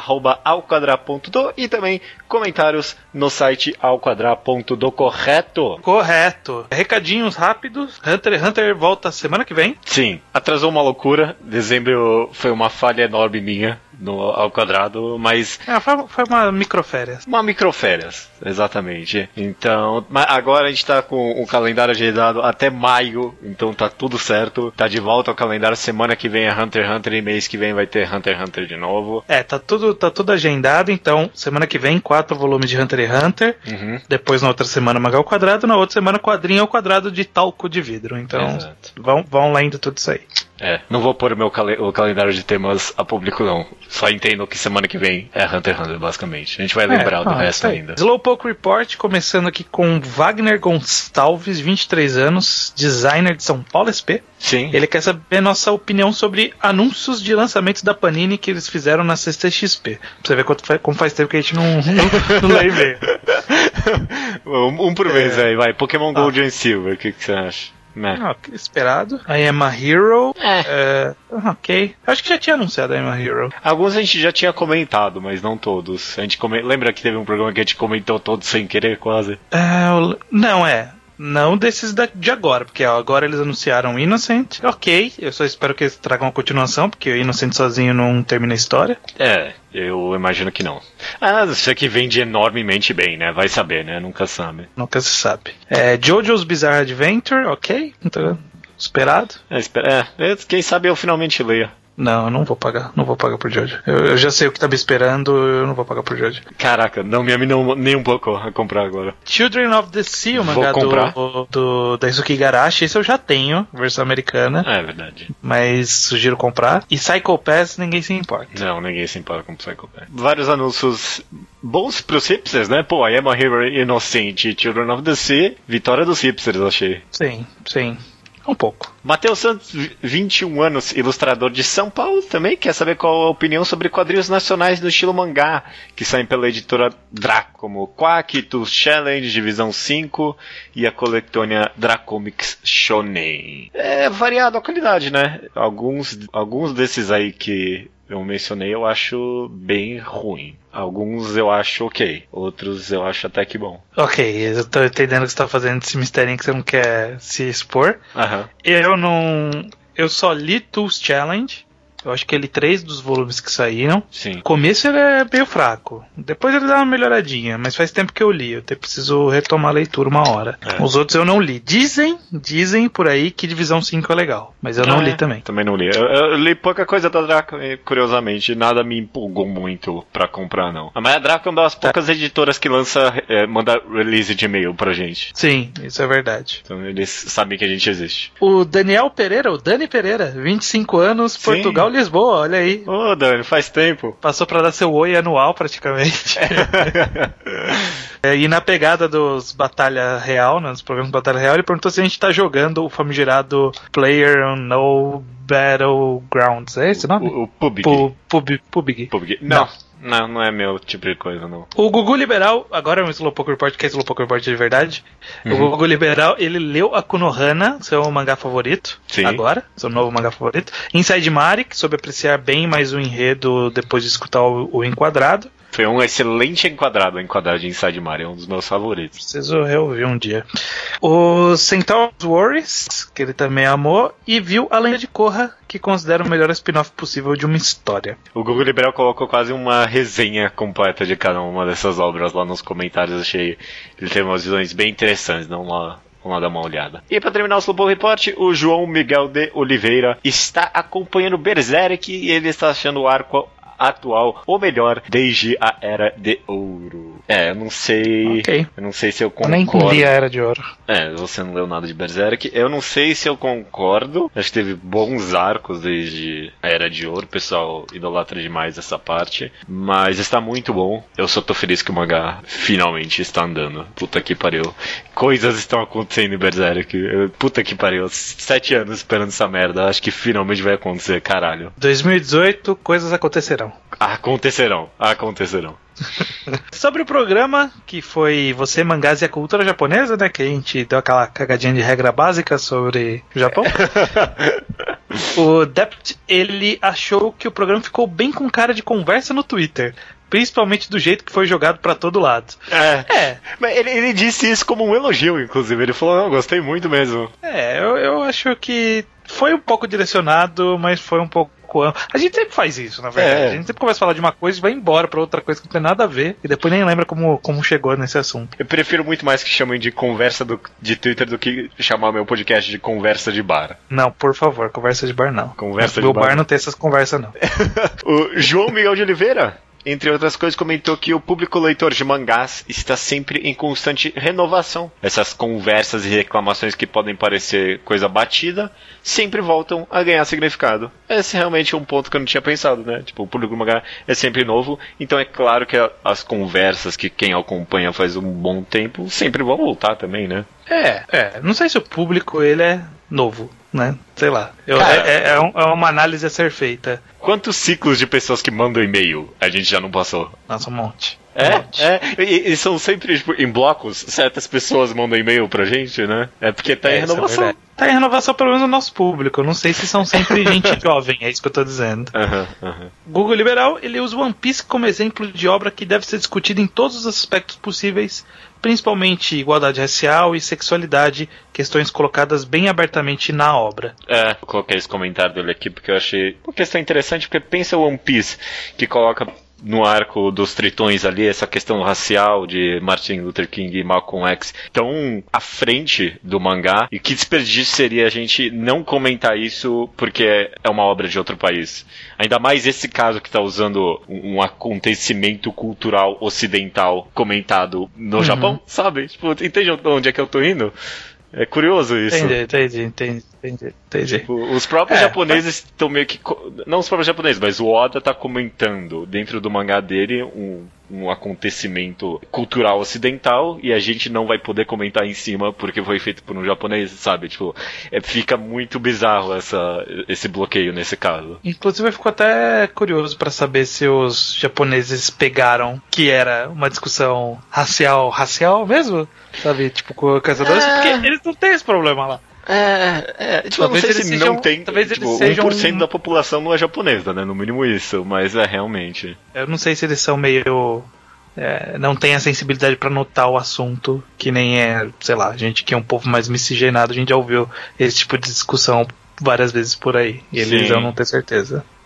A: @alquadra.do e também comentários no site alquadra.do, correto?
E: Correto. Recadinhos rápidos. Hunter x Hunter volta semana que vem.
A: Sim, atrasou uma loucura. Dezembro foi uma falha enorme minha no Ao Quadrado, mas...
E: Foi uma microférias.
A: Uma microférias, exatamente. Então, agora a gente tá com o calendário agendado até maio, então tá tudo certo. Tá de volta ao calendário, semana que vem é Hunter x Hunter e mês que vem vai ter Hunter x Hunter de novo.
E: Tá tudo agendado, então semana que vem 4 volumes de Hunter x Hunter.
A: Uhum.
E: Depois na outra semana Mangá ao Quadrado, na outra semana quadrinho ao quadrado de talco de vidro. Então, vão lendo tudo isso aí.
A: Não vou pôr o calendário de temas a público não. Só entendo que semana que vem é Hunter x Hunter, basicamente. A gente vai lembrar do resto ainda.
E: Slowpoke Report, começando aqui com Wagner Gonçalves, 23 anos, designer de São Paulo SP.
A: Sim.
E: Ele quer saber nossa opinião sobre anúncios de lançamentos da Panini que eles fizeram na CCXP. Pra você ver como faz tempo que a gente não lê e-mail.
A: Um por vez aí, vai. Pokémon Gold and Silver, o que você acha?
E: Esperado. I Am a Hero. Ok. Acho que já tinha anunciado I Am a Hero.
A: Alguns a gente já tinha comentado, mas não todos. A gente lembra que teve um programa que a gente comentou todos sem querer, quase?
E: Não desses de agora, porque agora eles anunciaram Innocent. Ok, eu só espero que eles tragam uma continuação, porque o Innocent sozinho não termina a história.
A: Eu imagino que não. Isso aqui vende enormemente bem, né? Vai saber, né? Nunca sabe.
E: Nunca se sabe. Jojo's Bizarre Adventure, ok. Então, esperado.
A: Quem sabe eu finalmente leia.
E: Não, eu não vou pagar. Não vou pagar por Jojo. Eu já sei o que tá me esperando, eu não vou pagar por Jojo.
A: Caraca, não me animou nem um pouco a comprar agora.
E: Children of the Sea, o mangá do Daisuke Igarashi. Esse eu já tenho, versão americana.
A: É verdade.
E: Mas sugiro comprar. E Psycho Pass, ninguém se importa.
A: Não, ninguém se importa com Psycho Pass. Vários anúncios bons pros hipsters, né? Pô, I Am a Hero Innocent, Children of the Sea, vitória dos hipsters, eu achei.
E: Sim. Um pouco.
A: Matheus Santos, 21 anos, ilustrador de São Paulo, também quer saber qual a opinião sobre quadrinhos nacionais do estilo mangá, que saem pela editora Draco, como Quack, Tools Challenge, Divisão 5 e a coletânea Dracomics Shonen. É variado a qualidade, né? Alguns desses aí que eu mencionei eu acho bem ruim. Alguns eu acho ok, outros eu acho até que bom.
E: Ok, eu tô entendendo que você tá fazendo esse misterinho que você não quer se expor.
A: Aham.
E: Eu só li Tools Challenge. Eu acho que eu li 3 dos volumes que saíram.
A: Sim.
E: O começo ele é meio fraco. Depois ele dá uma melhoradinha, mas faz tempo que eu li. Eu preciso retomar a leitura uma hora. Os outros eu não li. Dizem por aí que Divisão 5 é legal, mas eu não li também.
A: Também não li. Eu li pouca coisa da Draco, curiosamente. Nada me empolgou muito pra comprar, não. Mas a Draco é uma das poucas editoras que manda release de e-mail pra gente.
E: Sim, isso é verdade.
A: Então eles sabem que a gente existe.
E: O Dani Pereira, 25 anos,
A: Sim.
E: Portugal, Lisboa, olha aí.
A: Ô, Dani, faz tempo.
E: Passou pra dar seu oi anual, praticamente. E na pegada dos Batalha Real, né, dos programas de Batalha Real, ele perguntou se a gente tá jogando o famigerado PlayerUnknown's Battlegrounds. É esse o nome?
A: O PUBG.
E: PUBG.
A: Não é meu tipo de coisa, não.
E: O Gugu Liberal, agora é um Slowpoke Report, que é Slowpoke Report de verdade. O Gugu Liberal, ele leu a Konohana, seu mangá favorito.
A: Sim.
E: Agora, seu novo mangá favorito. Inside Mari, que soube apreciar bem mais o enredo depois de escutar o enquadrado.
A: Foi um excelente enquadrado de Inside Mario, é um dos meus favoritos.
E: Preciso reouvir um dia. O Centaur's Worries, que ele também amou, e viu A Lenda de Korra, que considera o melhor spin-off possível de uma história.
A: O Google Liberal colocou quase uma resenha completa de cada uma dessas obras lá nos comentários. Achei ele teve umas visões bem interessantes, vamos lá dar uma olhada. E para terminar o Slowpoke Report, o João Miguel de Oliveira está acompanhando Berserk e ele está achando o arco atual, ou melhor, desde a Era de Ouro. Eu não sei.
E: Okay.
A: Eu não sei se eu concordo.
E: Eu nem entendi a Era de Ouro.
A: Você não leu nada de Berserk. Eu não sei se eu concordo. Acho que teve bons arcos desde a Era de Ouro. O pessoal idolatra demais essa parte. Mas está muito bom. Eu só tô feliz que o mangá finalmente está andando. Puta que pariu. Coisas estão acontecendo em Berserk. Puta que pariu. 7 anos esperando essa merda. Acho que finalmente vai acontecer, caralho.
E: 2018, coisas acontecerão.
A: Acontecerão. Sobre
E: o programa, que foi Você, Mangás e a Cultura Japonesa, né? Que a gente deu aquela cagadinha de regra básica sobre o Japão. O Dept, ele achou que o programa ficou bem com cara de conversa no Twitter. Principalmente do jeito que foi jogado pra todo lado.
A: Mas ele disse isso como um elogio, inclusive. Ele falou, gostei muito mesmo.
E: Eu acho que foi um pouco direcionado, mas foi um pouco... A gente sempre faz isso, na verdade. A gente sempre começa a falar de uma coisa e vai embora pra outra coisa que não tem nada a ver. E depois nem lembra como chegou nesse assunto.
A: Eu prefiro muito mais que chamem de conversa de Twitter do que chamar meu podcast de conversa de bar.
E: Não, por favor, conversa de bar não.
A: Conversa
E: meu
A: de bar
E: não tem essas conversas não.
A: O João Miguel de Oliveira, entre outras coisas, comentou que o público leitor de mangás está sempre em constante renovação. Essas conversas e reclamações que podem parecer coisa batida, sempre voltam a ganhar significado. Esse realmente é um ponto que eu não tinha pensado, né? Tipo, o público do mangá é sempre novo, então é claro que as conversas que quem acompanha faz um bom tempo sempre vão voltar também, né?
E: Não sei se o público, ele é novo, né? Sei lá. É uma análise a ser feita.
A: Quantos ciclos de pessoas que mandam e-mail a gente já não passou?
E: Nossa, um monte.
A: E são sempre tipo, em blocos. Certas pessoas mandam e-mail pra gente, né? É porque tá em renovação.
E: Tá em renovação pelo menos no nosso público. Eu não sei se são sempre gente jovem, é isso que eu tô dizendo. Google Liberal, ele usa One Piece como exemplo de obra que deve ser discutida em todos os aspectos possíveis, principalmente igualdade racial e sexualidade, questões colocadas bem abertamente na obra.
A: Eu coloquei esse comentário dele aqui porque eu achei uma questão interessante, porque pensa o One Piece, que coloca no arco dos tritões ali, essa questão racial de Martin Luther King e Malcolm X tão à frente do mangá, e que desperdício seria a gente não comentar isso porque é uma obra de outro país. Ainda mais esse caso que está usando um acontecimento cultural ocidental comentado no Japão, sabe? Tipo, entende onde é que eu tô indo? É curioso isso.
E: Entendi.
A: Tipo, os próprios japoneses estão meio que... Não os próprios japoneses, mas o Oda tá comentando dentro do mangá dele um acontecimento cultural ocidental e a gente não vai poder comentar em cima porque foi feito por um japonês, sabe? Tipo, fica muito bizarro esse bloqueio nesse caso.
E: Inclusive eu fico até curioso pra saber se os japoneses pegaram que era uma discussão racial mesmo, sabe? Tipo, com caçadores, porque eles não têm esse problema lá.
A: Tipo, eu não sei se não tem. Talvez tipo, eles sejam 1% da população não é japonesa, né? No mínimo isso, mas realmente.
E: Eu não sei se eles são meio. Não tem a sensibilidade pra notar o assunto, que nem sei lá, a gente que é um povo mais miscigenado, a gente já ouviu esse tipo de discussão várias vezes por aí. E eles eu não tenho certeza.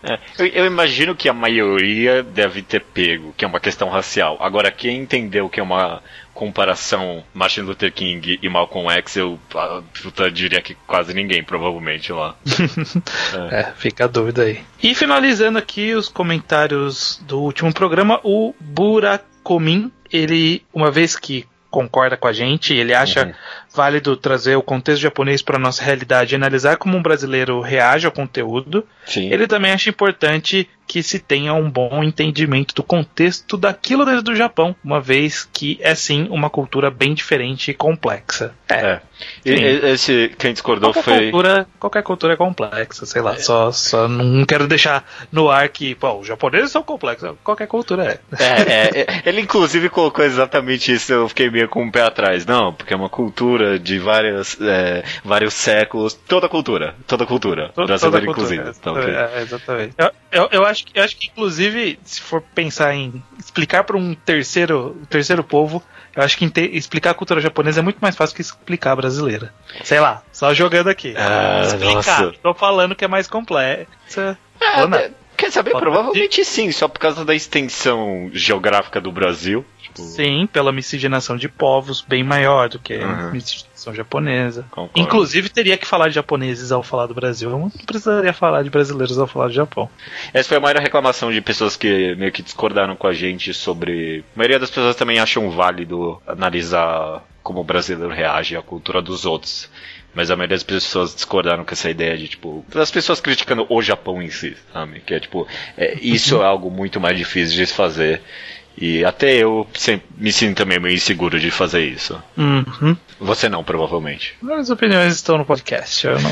A: Eu imagino que a maioria deve ter pego, que é uma questão racial. Agora, quem entendeu que é uma comparação Martin Luther King e Malcolm X, eu diria que quase ninguém, provavelmente, lá.
E: Fica a dúvida aí. E finalizando aqui os comentários do último programa, o Buracomin, ele, uma vez que concorda com a gente, ele acha válido trazer o contexto japonês para a nossa realidade e analisar como um brasileiro reage ao conteúdo.
A: Sim.
E: Ele também acha importante que se tenha um bom entendimento do contexto daquilo dentro do Japão, uma vez que é sim uma cultura bem diferente e complexa.
A: Esse quem discordou
E: qualquer cultura é complexa, sei lá, só não quero deixar no ar que os japoneses são complexos, qualquer cultura
A: ele inclusive colocou exatamente isso, eu fiquei meio com o pé atrás. Não, porque é uma cultura de vários séculos, toda cultura brasileira inclusive.
E: Exatamente. Eu acho que, inclusive, se for pensar em explicar para um terceiro povo, eu acho que explicar a cultura japonesa é muito mais fácil que explicar a brasileira. Sei lá, só jogando aqui. Explicar. Tô falando que é mais complexa.
A: Quer saber? Provavelmente sim, só por causa da extensão geográfica do Brasil.
E: Sim, pela miscigenação de povos bem maior do que a miscigenação japonesa.
A: Concordo.
E: Inclusive, teria que falar de japoneses ao falar do Brasil. Eu não precisaria falar de brasileiros ao falar do Japão.
A: Essa foi a maior reclamação de pessoas que meio que discordaram com a gente sobre... A maioria das pessoas também acham válido analisar como o brasileiro reage à cultura dos outros. Mas a maioria das pessoas discordaram com essa ideia de, das pessoas criticando o Japão em si, sabe? Que isso é algo muito mais difícil de se fazer. E até eu me sinto também meio inseguro de fazer isso. Você não, provavelmente.
E: As opiniões estão no podcast. Eu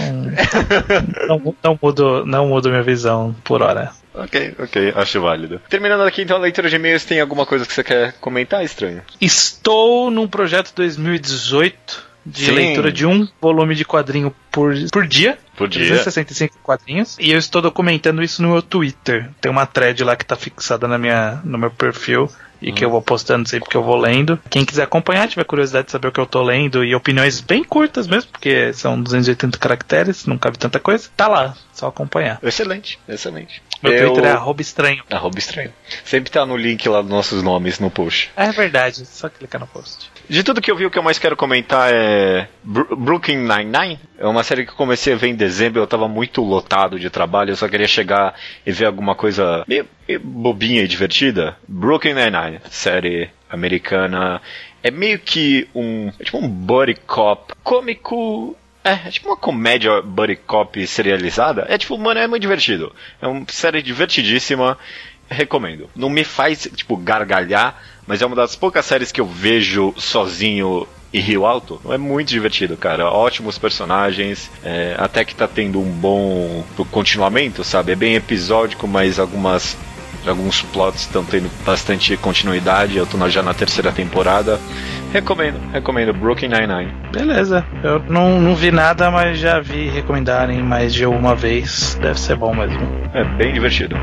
E: não mudo minha visão por hora.
A: Ok, acho válido. Terminando aqui então a leitura de e-mails, tem alguma coisa que você quer comentar, Estranho?
E: Estou num projeto 2018 de leitura de um volume de quadrinho por dia. 365 quadrinhos. E eu estou documentando isso no meu Twitter. Tem uma thread lá que está fixada no meu perfil e que eu vou postando sempre que eu vou lendo. Quem quiser acompanhar, tiver curiosidade de saber o que eu tô lendo e opiniões bem curtas mesmo, porque são 280 caracteres, não cabe tanta coisa, tá lá, só acompanhar.
A: Excelente.
E: Meu Twitter é @estranho.
A: @estranho. Sempre tá no link lá dos nossos nomes no post.
E: É verdade, só clicar no post.
A: De tudo que eu vi, o que eu mais quero comentar é Brooklyn Nine-Nine. É uma série que eu comecei a ver em dezembro, eu tava muito lotado de trabalho, eu só queria chegar e ver alguma coisa meio bobinha e divertida. Brooklyn Nine-Nine, série americana. É meio que um buddy cop cômico. É tipo uma comédia buddy cop serializada. É muito divertido. É uma série divertidíssima. Recomendo. Não me faz, gargalhar, mas é uma das poucas séries que eu vejo sozinho e rio alto. É muito divertido, cara. Ótimos personagens. Até que tá tendo um bom continuamento, sabe? É bem episódico, mas alguns plots estão tendo bastante continuidade. Eu tô já na 3ª temporada. Recomendo Brooklyn Nine-Nine.
E: Beleza, eu não vi nada, mas já vi recomendarem mais de uma vez. Deve ser bom mesmo.
A: É bem divertido.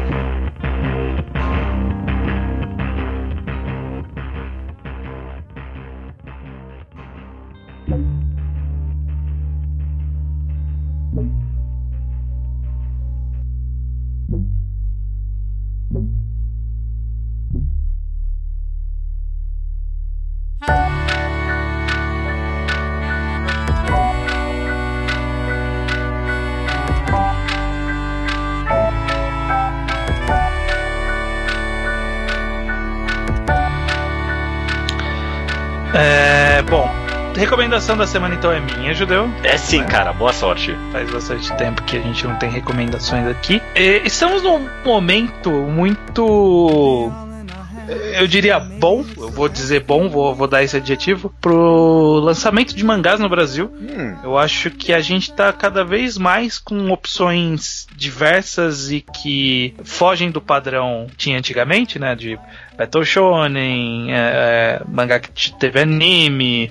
E: Bom, recomendação da semana então é minha, Judeu.
A: É sim, cara, boa sorte.
E: Faz bastante tempo que a gente não tem recomendações aqui. Estamos num momento muito, eu diria bom, eu vou dizer bom, vou dar esse adjetivo, pro lançamento de mangás no Brasil. Eu acho que a gente tá cada vez mais com opções diversas e que fogem do padrão que tinha antigamente, né, de Battle Shonen, mangá que teve anime,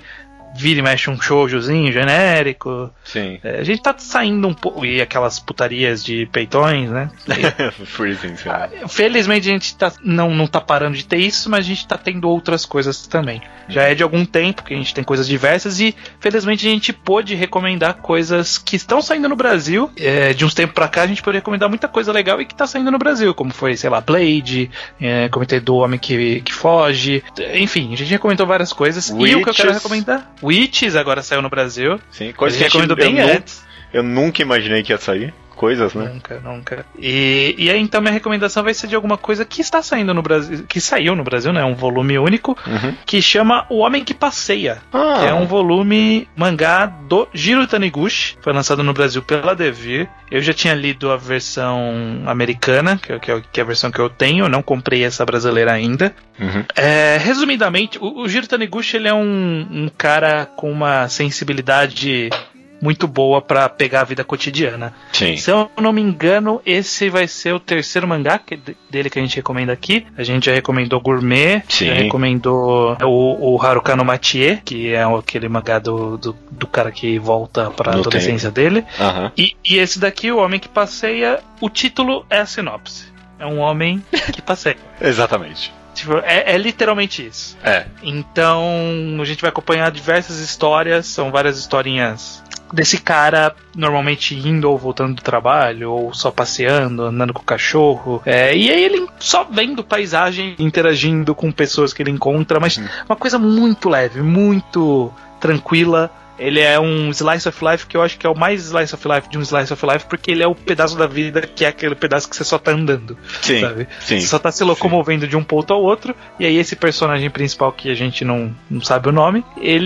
E: vira e mexe um shoujozinho genérico.
A: Sim.
E: A gente tá saindo um pouco. E aquelas putarias de peitões, né?
A: Freezing,
E: felizmente a gente não tá parando de ter isso, mas a gente tá tendo outras coisas também. Já é de algum tempo que a gente tem coisas diversas e felizmente a gente pôde recomendar coisas que estão saindo no Brasil. De uns tempos pra cá a gente pôde recomendar muita coisa legal e que tá saindo no Brasil, como foi, sei lá, Blade, comentei do Homem que Foge, enfim, a gente recomendou várias coisas.
A: Witches.
E: E o que eu quero recomendar? Witches agora saiu no Brasil.
A: Sim, coisa
E: que a gente recomendou bem antes.
A: Eu nunca imaginei que ia sair. Coisas, né?
E: Nunca. E aí, então, minha recomendação vai ser de alguma coisa que está saindo no Brasil, que saiu no Brasil, né? Um volume único, que chama O Homem que Passeia. Que é um volume mangá do Jiro Taniguchi. Foi lançado no Brasil pela Devir. Eu já tinha lido a versão americana, que é a versão que eu tenho. Eu não comprei essa brasileira ainda. Resumidamente, o Jiro Taniguchi, ele é um cara com uma sensibilidade muito boa pra pegar a vida cotidiana.
A: Sim.
E: Se eu não me engano, esse vai ser o terceiro mangá dele que a gente recomenda aqui. A gente já recomendou Gourmet, já recomendou o Haruka no Matie, que é aquele mangá do cara que volta pra adolescência dele. E esse daqui, O Homem que Passeia, o título é a sinopse. É um homem que passeia.
A: Exatamente.
E: Tipo, é literalmente isso. Então, a gente vai acompanhar diversas histórias, são várias historinhas desse cara normalmente indo ou voltando do trabalho, ou só passeando, andando com o cachorro. E aí ele só vendo paisagem, interagindo com pessoas que ele encontra, mas uma coisa muito leve, muito tranquila. Ele é um slice of life que eu acho que é o mais slice of life de um slice of life, porque ele é o pedaço da vida que é aquele pedaço que você só tá andando.
A: Sim,
E: sabe?
A: sim.
E: Você só tá se locomovendo de um ponto ao outro, e aí esse personagem principal que a gente não sabe o nome,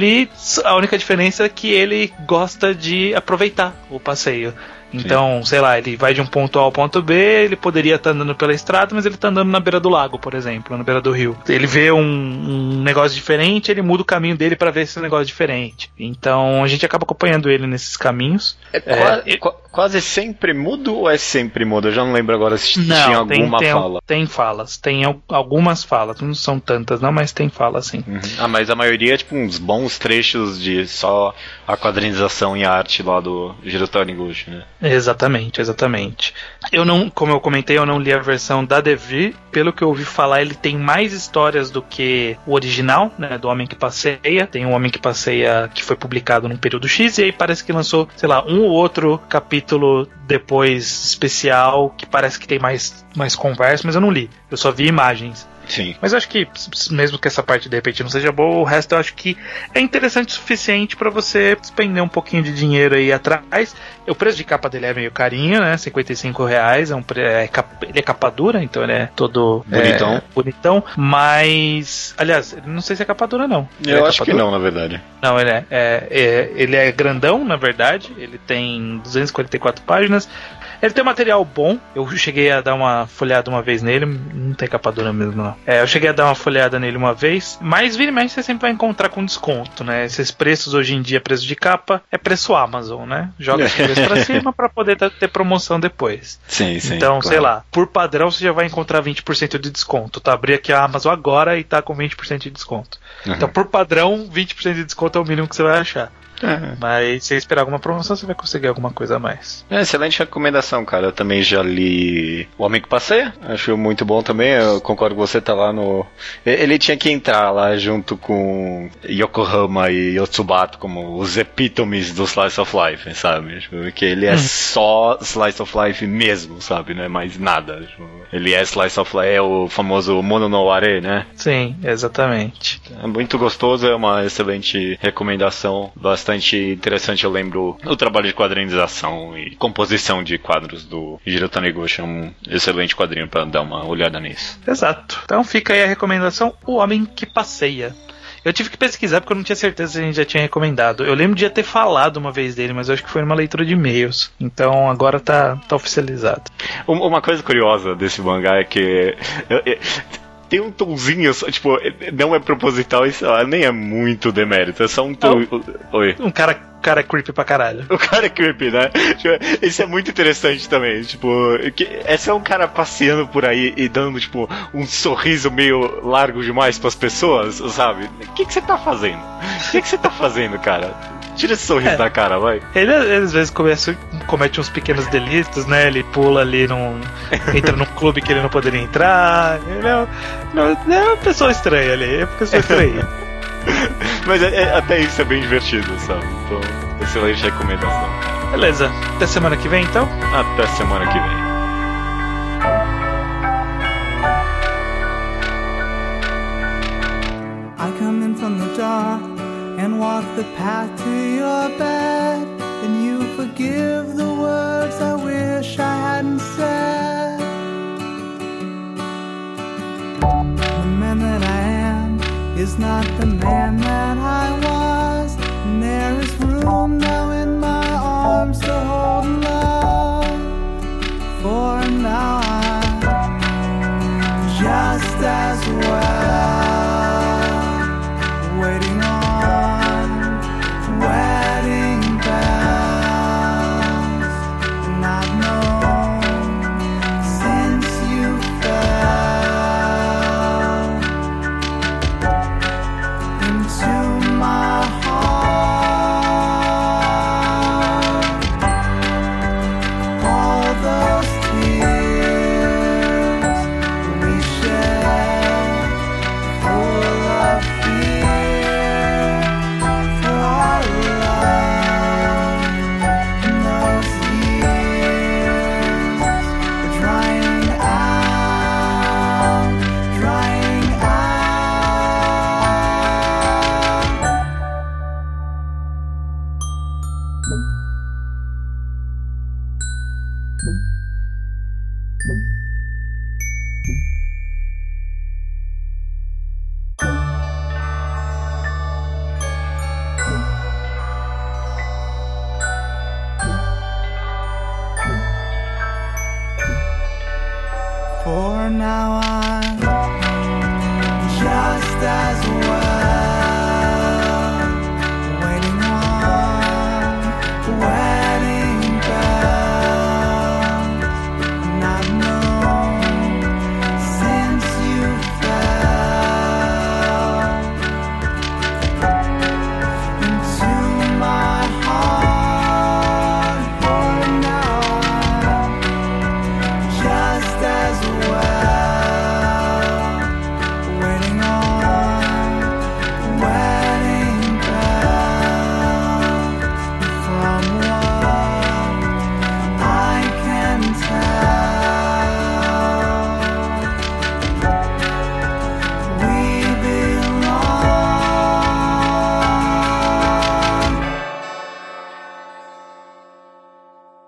E: a única diferença é que ele gosta de aproveitar o passeio. Então, sei lá, ele vai de um ponto A ao ponto B, ele poderia estar andando pela estrada, mas ele está andando na beira do lago, por exemplo, na beira do rio. Ele vê um negócio diferente, ele muda o caminho dele para ver esse negócio diferente. Então, a gente acaba acompanhando ele nesses caminhos.
A: Quase sempre mudo ou é sempre mudo? Eu já não lembro agora se tinha alguma fala.
E: Tem falas, tem algumas falas, não são tantas não, mas tem falas sim.
A: Mas a maioria é tipo uns bons trechos de só a quadrinização e a arte lá do Jiro Taniguchi, né?
E: Exatamente. Como eu comentei, eu não li a versão da Devir. Pelo que eu ouvi falar, ele tem mais histórias do que o original, né, do Homem que Passeia. Tem um Homem que Passeia que foi publicado num período X, e aí parece que lançou, sei lá, um ou outro capítulo depois especial, que parece que tem mais conversa, mas eu não li. Eu só vi imagens.
A: Sim.
E: Mas eu acho que, mesmo que essa parte de repente não seja boa, o resto eu acho que é interessante o suficiente pra você despender um pouquinho de dinheiro aí atrás. O preço de capa dele é meio carinho, né? R$55. Ele é capa dura, então ele é todo bonitão. Mas, aliás, não sei se é capa dura, não.
A: Eu acho que não, na verdade.
E: Não, ele é grandão, na verdade. Ele tem 244 páginas. Ele tem um material bom. Eu cheguei a dar uma folhada uma vez nele. Não tem capa dura mesmo, não. Eu cheguei a dar uma folhada nele uma vez. Mas vira e mexe você sempre vai encontrar com desconto, né? Esses preços hoje em dia, preço de capa, é preço Amazon, né? Joga esse preço pra cima pra poder ter promoção depois.
A: Sim.
E: Então, claro, sei lá, por padrão você já vai encontrar 20% de desconto. Tá? Abri aqui a Amazon agora e tá com 20% de desconto. Então, por padrão, 20% de desconto é o mínimo que você vai achar. Mas se esperar alguma promoção, você vai conseguir alguma coisa a mais.
A: Excelente recomendação, cara. Eu também já li O Homem que Passeia. Acho muito bom também. Eu concordo com você, tá lá no... Ele tinha que entrar lá junto com Yokohama e Yotsubato como os epítomes do Slice of Life, sabe? Porque ele é só Slice of Life mesmo, sabe? Não é mais nada. Ele é Slice of Life, é o famoso Mono no Are, né?
E: Sim, exatamente.
A: É muito gostoso, é uma excelente recomendação. Bastante interessante, eu lembro o trabalho de quadrinização e composição de quadros do Jiro Taniguchi, é um excelente quadrinho para dar uma olhada nisso.
E: Exato. Então fica aí a recomendação, O Homem que Passeia. Eu tive que pesquisar porque eu não tinha certeza se a gente já tinha recomendado. Eu lembro de já ter falado uma vez dele, mas eu acho que foi numa leitura de e-mails. Então agora tá oficializado.
A: Uma coisa curiosa desse mangá é que... tem um tonzinho, tipo, não é proposital, isso nem é muito demérito, é só um tom...
E: Um cara cara é creepy pra caralho.
A: O cara é creepy, né? Isso é muito interessante também. Tipo, esse é um cara passeando por aí e dando, tipo, um sorriso meio largo demais pras pessoas, sabe? O que você tá fazendo? O que você tá fazendo, cara? Tira esse sorriso da cara, vai.
E: Ele às vezes comete uns pequenos delitos, né? Ele pula ali entra num clube que ele não poderia entrar. Ele é uma pessoa estranha ali. É uma pessoa estranha.
A: Mas até isso é bem divertido, sabe? Então, excelente recomendação.
E: Beleza. Até semana que vem, então?
A: Até semana que vem.
F: I come in from the dark and walk the path to your bed, and you forgive the words I wish I hadn't said. The man that I am is not the man that I was, and there is room now in my arms to hold love. For now I'm just as well, waiting on wedding bells, and I've known since you fell into my heart. All those tears we shed, full of fear for our love, and those years are drying out, drying out. For now I'm just as well.